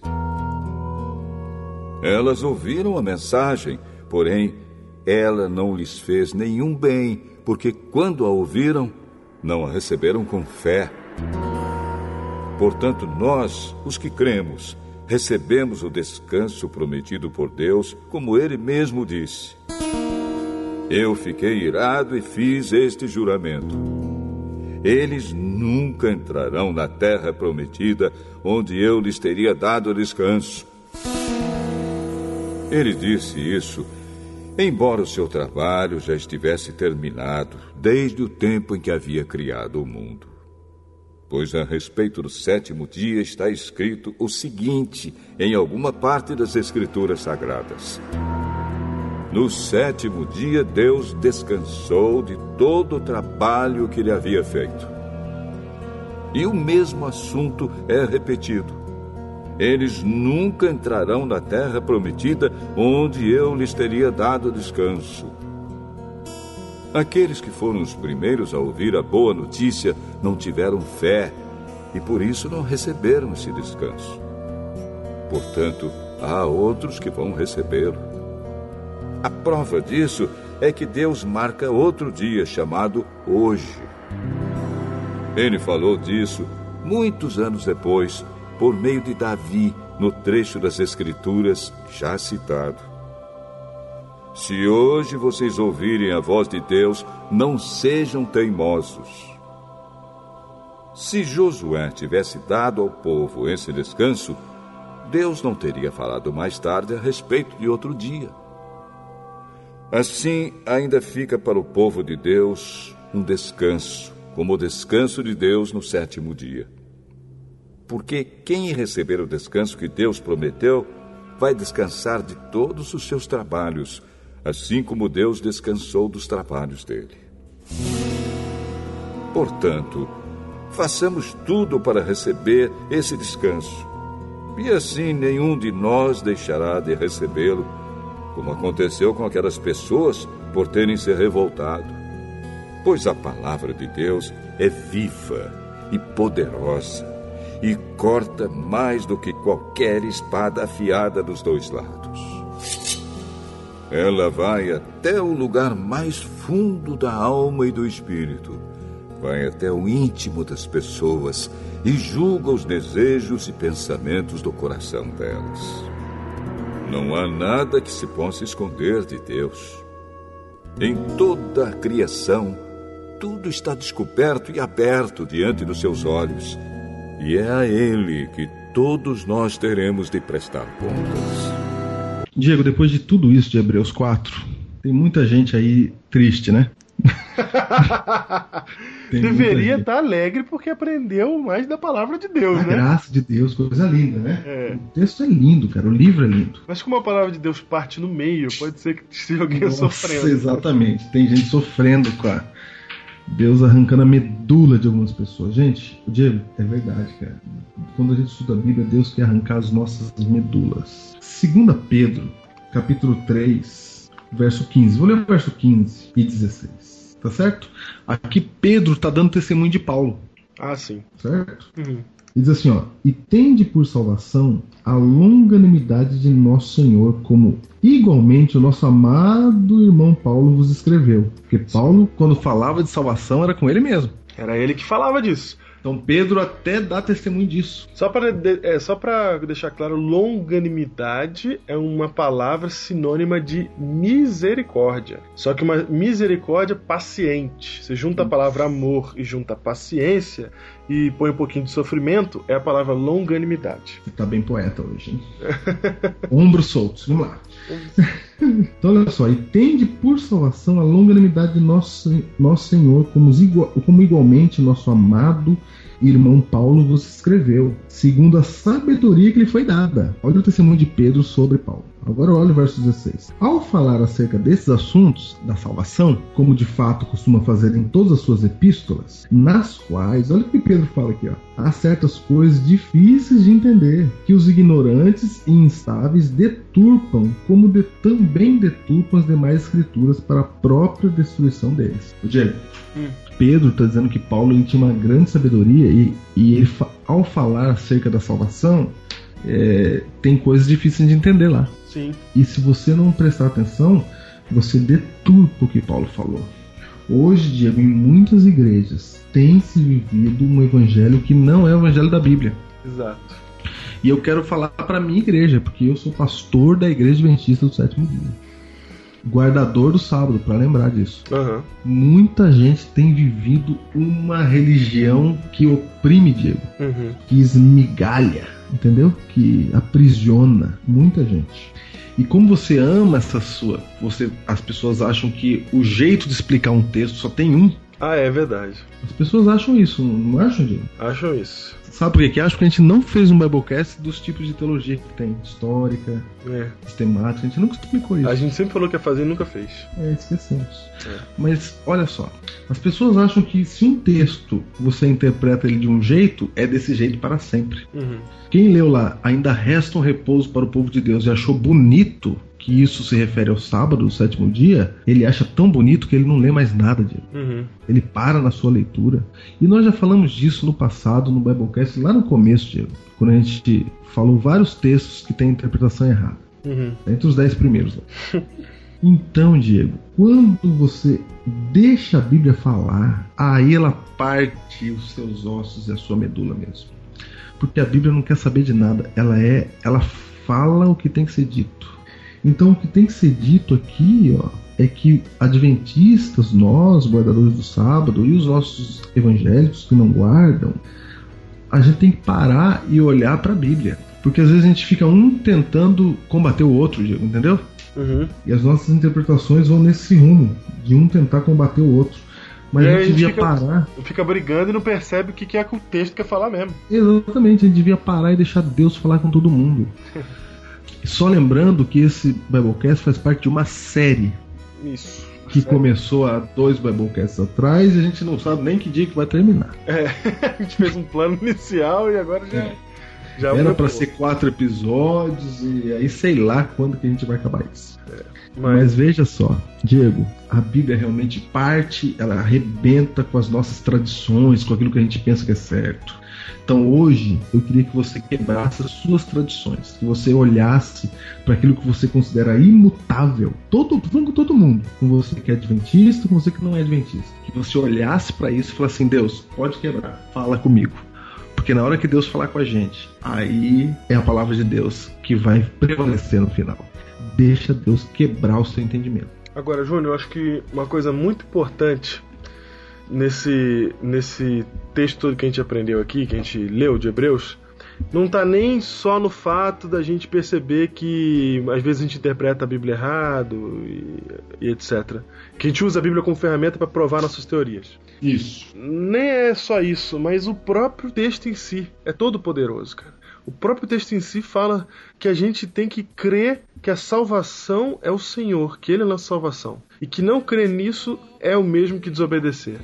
Elas ouviram a mensagem, porém, ela não lhes fez nenhum bem, porque quando a ouviram, não a receberam com fé. Portanto, nós, os que cremos, recebemos o descanso prometido por Deus, como Ele mesmo disse. Eu fiquei irado e fiz este juramento. Eles nunca entrarão na terra prometida, onde eu lhes teria dado descanso. Ele disse isso, embora o seu trabalho já estivesse terminado, desde o tempo em que havia criado o mundo. Pois a respeito do sétimo dia está escrito o seguinte em alguma parte das Escrituras Sagradas. No sétimo dia, Deus descansou de todo o trabalho que ele havia feito. E o mesmo assunto é repetido. Eles nunca entrarão na terra prometida, onde eu lhes teria dado descanso. Aqueles que foram os primeiros a ouvir a boa notícia não tiveram fé e por isso não receberam esse descanso. Portanto, há outros que vão recebê-lo. A prova disso é que Deus marca outro dia chamado hoje. Ele falou disso muitos anos depois, por meio de Davi, no trecho das Escrituras já citado. Se hoje vocês ouvirem a voz de Deus, não sejam teimosos. Se Josué tivesse dado ao povo esse descanso, Deus não teria falado mais tarde a respeito de outro dia. Assim, ainda fica para o povo de Deus um descanso, como o descanso de Deus no sétimo dia. Porque quem receber o descanso que Deus prometeu, vai descansar de todos os seus trabalhos, assim como Deus descansou dos trabalhos dele. Portanto, façamos tudo para receber esse descanso, e assim nenhum de nós deixará de recebê-lo, como aconteceu com aquelas pessoas por terem se revoltado. Pois a palavra de Deus é viva e poderosa, e corta mais do que qualquer espada afiada dos dois lados. Ela vai até o lugar mais fundo da alma e do espírito, vai até o íntimo das pessoas e julga os desejos e pensamentos do coração delas. Não há nada que se possa esconder de Deus. Em toda a criação, tudo está descoberto e aberto diante dos seus olhos, e é a Ele que todos nós teremos de prestar contas. Diego, depois de tudo isso de Hebreus quatro, tem muita gente aí triste, né? Deveria estar alegre porque aprendeu mais da palavra de Deus, a né? Graça de Deus, coisa linda, né? É. O texto é lindo, cara, o livro é lindo. Mas como a palavra de Deus parte no meio, pode ser que esteja alguém Nossa, sofrendo. Exatamente, tem gente sofrendo com a Deus arrancando a medula de algumas pessoas. Gente, o Diego, é verdade, cara. Quando a gente estuda a Bíblia, Deus quer arrancar as nossas medulas. Segunda Pedro, capítulo três, verso quinze. Vou ler o verso quinze e dezesseis. Tá certo? Aqui Pedro está dando testemunho de Paulo. Ah, sim. Certo? Uhum. E diz assim, ó: e tende por salvação a longanimidade de nosso Senhor, como igualmente o nosso amado irmão Paulo vos escreveu. Porque Paulo, quando falava de salvação, era com ele mesmo. Era ele que falava disso. Então Pedro até dá testemunho disso. Só para é, só para deixar claro, longanimidade é uma palavra sinônima de misericórdia. Só que uma misericórdia paciente. Você junta a palavra amor e junta a paciência e põe um pouquinho de sofrimento, é a palavra longanimidade. Você tá bem poeta hoje, hein? Ombros soltos, vamos lá. Então olha só: e tende por salvação a longanimidade de nosso, nosso Senhor, como, igual, como igualmente nosso amado irmão Paulo vos escreveu, segundo a sabedoria que lhe foi dada. Olha o testemunho de Pedro sobre Paulo. Agora olha o verso dezesseis. Ao falar acerca desses assuntos da salvação, como de fato costuma fazer em todas as suas epístolas, nas quais, olha o que Pedro fala aqui, ó, há certas coisas difíceis de entender, que os ignorantes e instáveis deturpam, como de, também deturpam as demais escrituras para a própria destruição deles. O Diego, hum. Pedro está dizendo que Paulo tinha uma grande sabedoria e, e ele, ao falar acerca da salvação, é, tem coisas difíceis de entender lá. Sim. E se você não prestar atenção, você deturpa o que Paulo falou. Hoje, Diego, em muitas igrejas tem se vivido um evangelho que não é o evangelho da Bíblia. Exato. E eu quero falar para a minha igreja, porque eu sou pastor da Igreja Adventista do Sétimo Dia. Guardador do sábado, para lembrar disso. Uhum. Muita gente tem vivido uma religião que oprime, Diego, uhum. que esmigalha, entendeu? Que aprisiona muita gente. E como você ama essa sua, você, as pessoas acham que o jeito de explicar um texto só tem um. Ah, é verdade. As pessoas acham isso, não acham, Diego? Acham isso. Sabe por quê? Acham que a gente não fez um Biblecast dos tipos de teologia que tem. Histórica, é. sistemática, a gente nunca explicou isso. A gente sempre falou que ia fazer e nunca fez. É, esquecemos. É. Mas, olha só, as pessoas acham que se um texto você interpreta ele de um jeito, é desse jeito para sempre. Uhum. Quem leu lá, ainda resta um repouso para o povo de Deus, e achou bonito que isso se refere ao sábado, o sétimo dia, ele acha tão bonito que ele não lê mais nada disso. Uhum. Ele para na sua leitura. E nós já falamos disso no passado, no Biblecast, lá no começo, Diego, quando a gente falou vários textos que têm interpretação errada. Uhum. Entre os dez primeiros. Então, Diego, quando você deixa a Bíblia falar, aí ela parte os seus ossos e a sua medula mesmo. Porque a Bíblia não quer saber de nada. Ela é, ela fala o que tem que ser dito. Então, o que tem que ser dito aqui, ó, é que adventistas, nós, guardadores do sábado, e os nossos evangélicos que não guardam, a gente tem que parar e olhar para a Bíblia. Porque às vezes a gente fica um tentando combater o outro, Diego, entendeu? Uhum. E as nossas interpretações vão nesse rumo, de um tentar combater o outro. Mas a gente, a gente devia fica, parar. Fica brigando e não percebe o que é que o texto quer falar mesmo. Exatamente, a gente devia parar e deixar Deus falar com todo mundo. Só lembrando que esse Biblecast faz parte de uma série. Isso. Que série. Começou há dois Biblecasts atrás e a gente não sabe nem que dia que vai terminar. É, a gente fez um plano inicial e agora já. É. já Era pra ser quatro episódios e aí sei lá quando que a gente vai acabar isso. É, mas... mas veja só, Diego, a Bíblia realmente parte, ela arrebenta com as nossas tradições, com aquilo que a gente pensa que é certo. Então hoje eu queria que você quebrasse as suas tradições, que você olhasse para aquilo que você considera imutável, todo, com todo mundo, com você que é adventista, com você que não é adventista, que você olhasse para isso e falasse assim: Deus, pode quebrar, fala comigo. Porque na hora que Deus falar com a gente, aí é a palavra de Deus que vai prevalecer no final. Deixa Deus quebrar o seu entendimento. Agora, Júnior, eu acho que uma coisa muito importante nesse, nesse texto todo que a gente aprendeu aqui, que a gente leu de Hebreus, não está nem só no fato da gente perceber que às vezes a gente interpreta a Bíblia errado e, e etcétera. Que a gente usa a Bíblia como ferramenta para provar nossas teorias. Isso. Nem é só isso, mas o próprio texto em si é todo poderoso, cara. O próprio texto em si fala que a gente tem que crer que a salvação é o Senhor, que Ele é a nossa salvação. E que não crer nisso é o mesmo que desobedecer.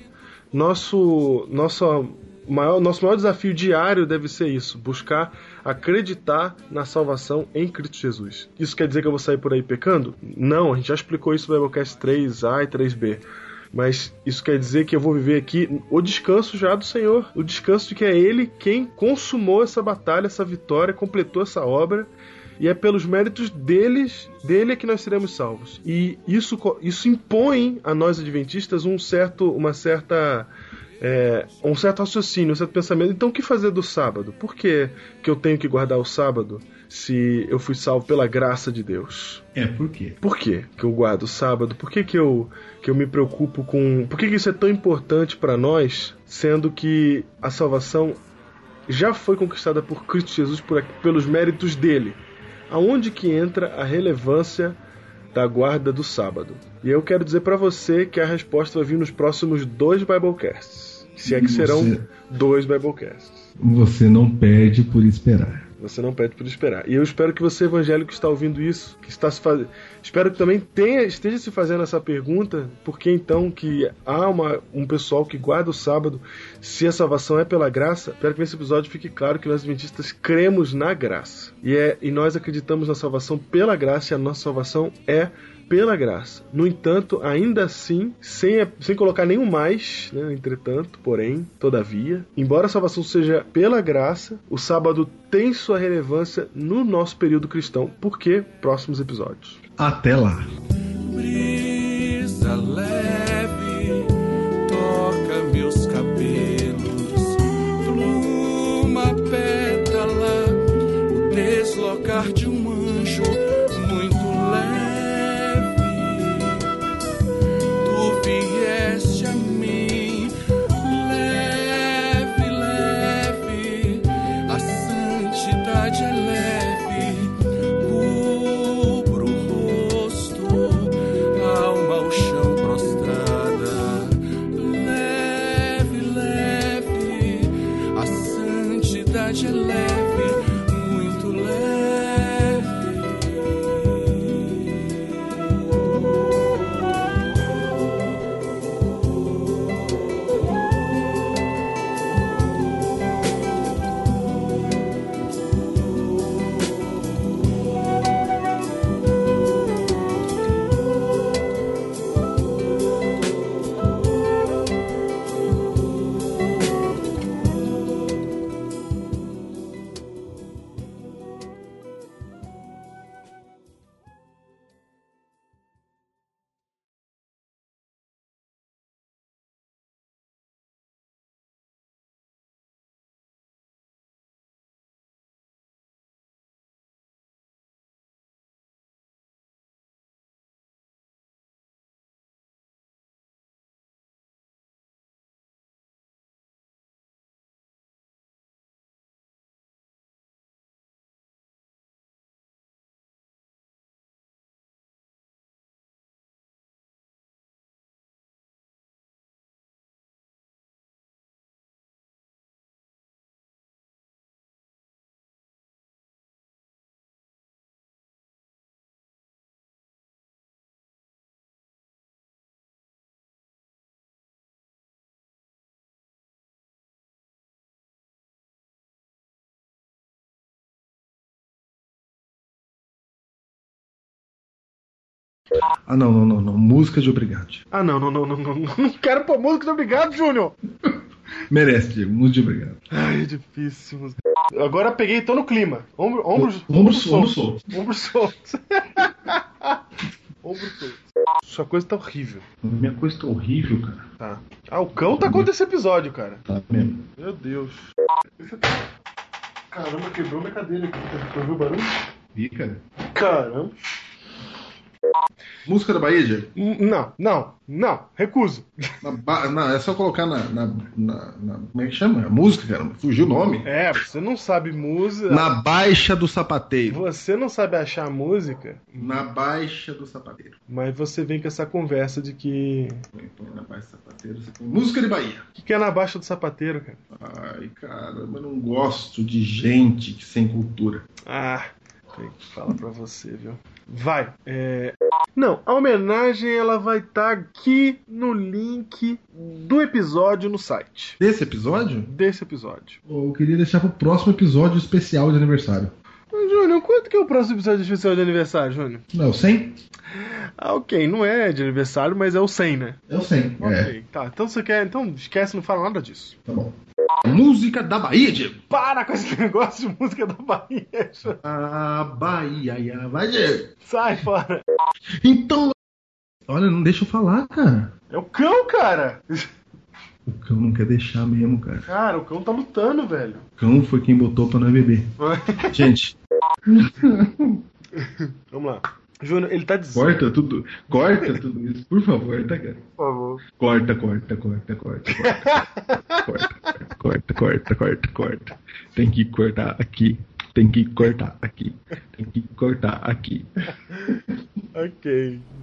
Nosso, nosso, maior, nosso maior desafio diário deve ser isso, buscar acreditar na salvação em Cristo Jesus. Isso quer dizer que eu vou sair por aí pecando? Não, a gente já explicou isso no Biblecast três A e três B. Mas isso quer dizer que eu vou viver aqui o descanso já do Senhor, o descanso de que é Ele quem consumou essa batalha, essa vitória, completou essa obra, e é pelos méritos deles, dele é que nós seremos salvos. E isso, isso impõe a nós adventistas um certo, uma certa, é, um certo raciocínio, um certo pensamento. Então, o que fazer do sábado? Por que que eu tenho que guardar o sábado se eu fui salvo pela graça de Deus? É, por quê? Por que que eu guardo o sábado? Por que que eu, que eu me preocupo com... Por que que isso é tão importante para nós, sendo que a salvação já foi conquistada por Cristo Jesus por, pelos méritos dele? Aonde que entra a relevância da guarda do sábado? E eu quero dizer para você que a resposta vai vir nos próximos dois Biblecasts. Se é que serão Você... dois Biblecasts. Você não perde por esperar. Você não pede por esperar. E eu espero que você, evangélico, que está ouvindo isso, que está se faz... espero que também tenha, esteja se fazendo essa pergunta, porque então que há uma, um pessoal que guarda o sábado, se a salvação é pela graça. Espero que nesse episódio fique claro que nós adventistas cremos na graça. E, é, e nós acreditamos na salvação pela graça, e a nossa salvação é pela graça. No entanto, ainda assim, sem, sem colocar nenhum mais, né? Entretanto, porém, todavia, embora a salvação seja pela graça, o sábado tem sua relevância no nosso período cristão. Por quê? Próximos episódios. Até lá. Brisa leve toca meus cabelos, pluma, pétala, o deslocar de um anjo muito leve. Vieste a mim, leve, leve, a santidade é leve, cubro o rosto, alma ao chão prostrada, leve, leve, a santidade é leve, muito leve. Ah, não, não, não, não. Música de obrigado. Ah, não, não, não, não, não. Não quero pôr música de obrigado, Júnior. Merece, Diego. Música de obrigado. Ai, é difícil. Agora peguei, tô no clima. Ombro, ombros, Ombro solto. Ombro solto. Ombro solto. Sua coisa tá horrível. Minha coisa tá horrível, cara. Tá. Ah, o cão tá contra esse episódio, cara. Tá mesmo. Meu Deus. Caramba, quebrou minha cadeira aqui. Você ouviu o barulho? Vi, cara. Caramba. Música da Bahia, Diego? Não, não, não, recuso. Na ba... Não, é só colocar na, na, na, na... Como é que chama? A música, cara. Fugiu o nome. É, você não sabe música. Na Baixa do Sapateiro. Você não sabe achar música. Na Baixa do Sapateiro. Mas você vem com essa conversa de que... Põe na Baixa do Sapateiro, você põe música de Bahia. O que, que é na Baixa do Sapateiro, cara? Ai, cara, eu não gosto de gente sem cultura. Ah, tem que falar pra você, viu? Vai. É... Não, a homenagem ela vai estar aqui no link do episódio no site. Desse episódio? Desse episódio. Eu queria deixar pro próximo episódio especial de aniversário. Júnior, quanto que é o próximo episódio especial de aniversário, Júnior? Não, cem? Ah, ok, não é de aniversário, mas é o cem, né? É o cem, Ok, é. tá. Então você quer. Então esquece, não fala nada disso. Tá bom. Música da Bahia, Diego. Para com esse negócio de música da Bahia, Júnior. A Bahia, ia, vai, Diego. Sai fora. Então. Olha, não deixa eu falar, cara. É o cão, cara. O cão não quer deixar mesmo, cara. Cara, o cão tá lutando, velho. O cão foi quem botou pra nós beber. Gente. Vamos lá. Júnior, ele tá dizendo. Corta tudo. Corta tudo isso, por favor, tá, cara? Por favor. Corta, corta, corta, corta, corta. Corta, corta, corta, corta, corta. Tem que cortar aqui. Tem que cortar aqui. Tem que cortar aqui. Ok.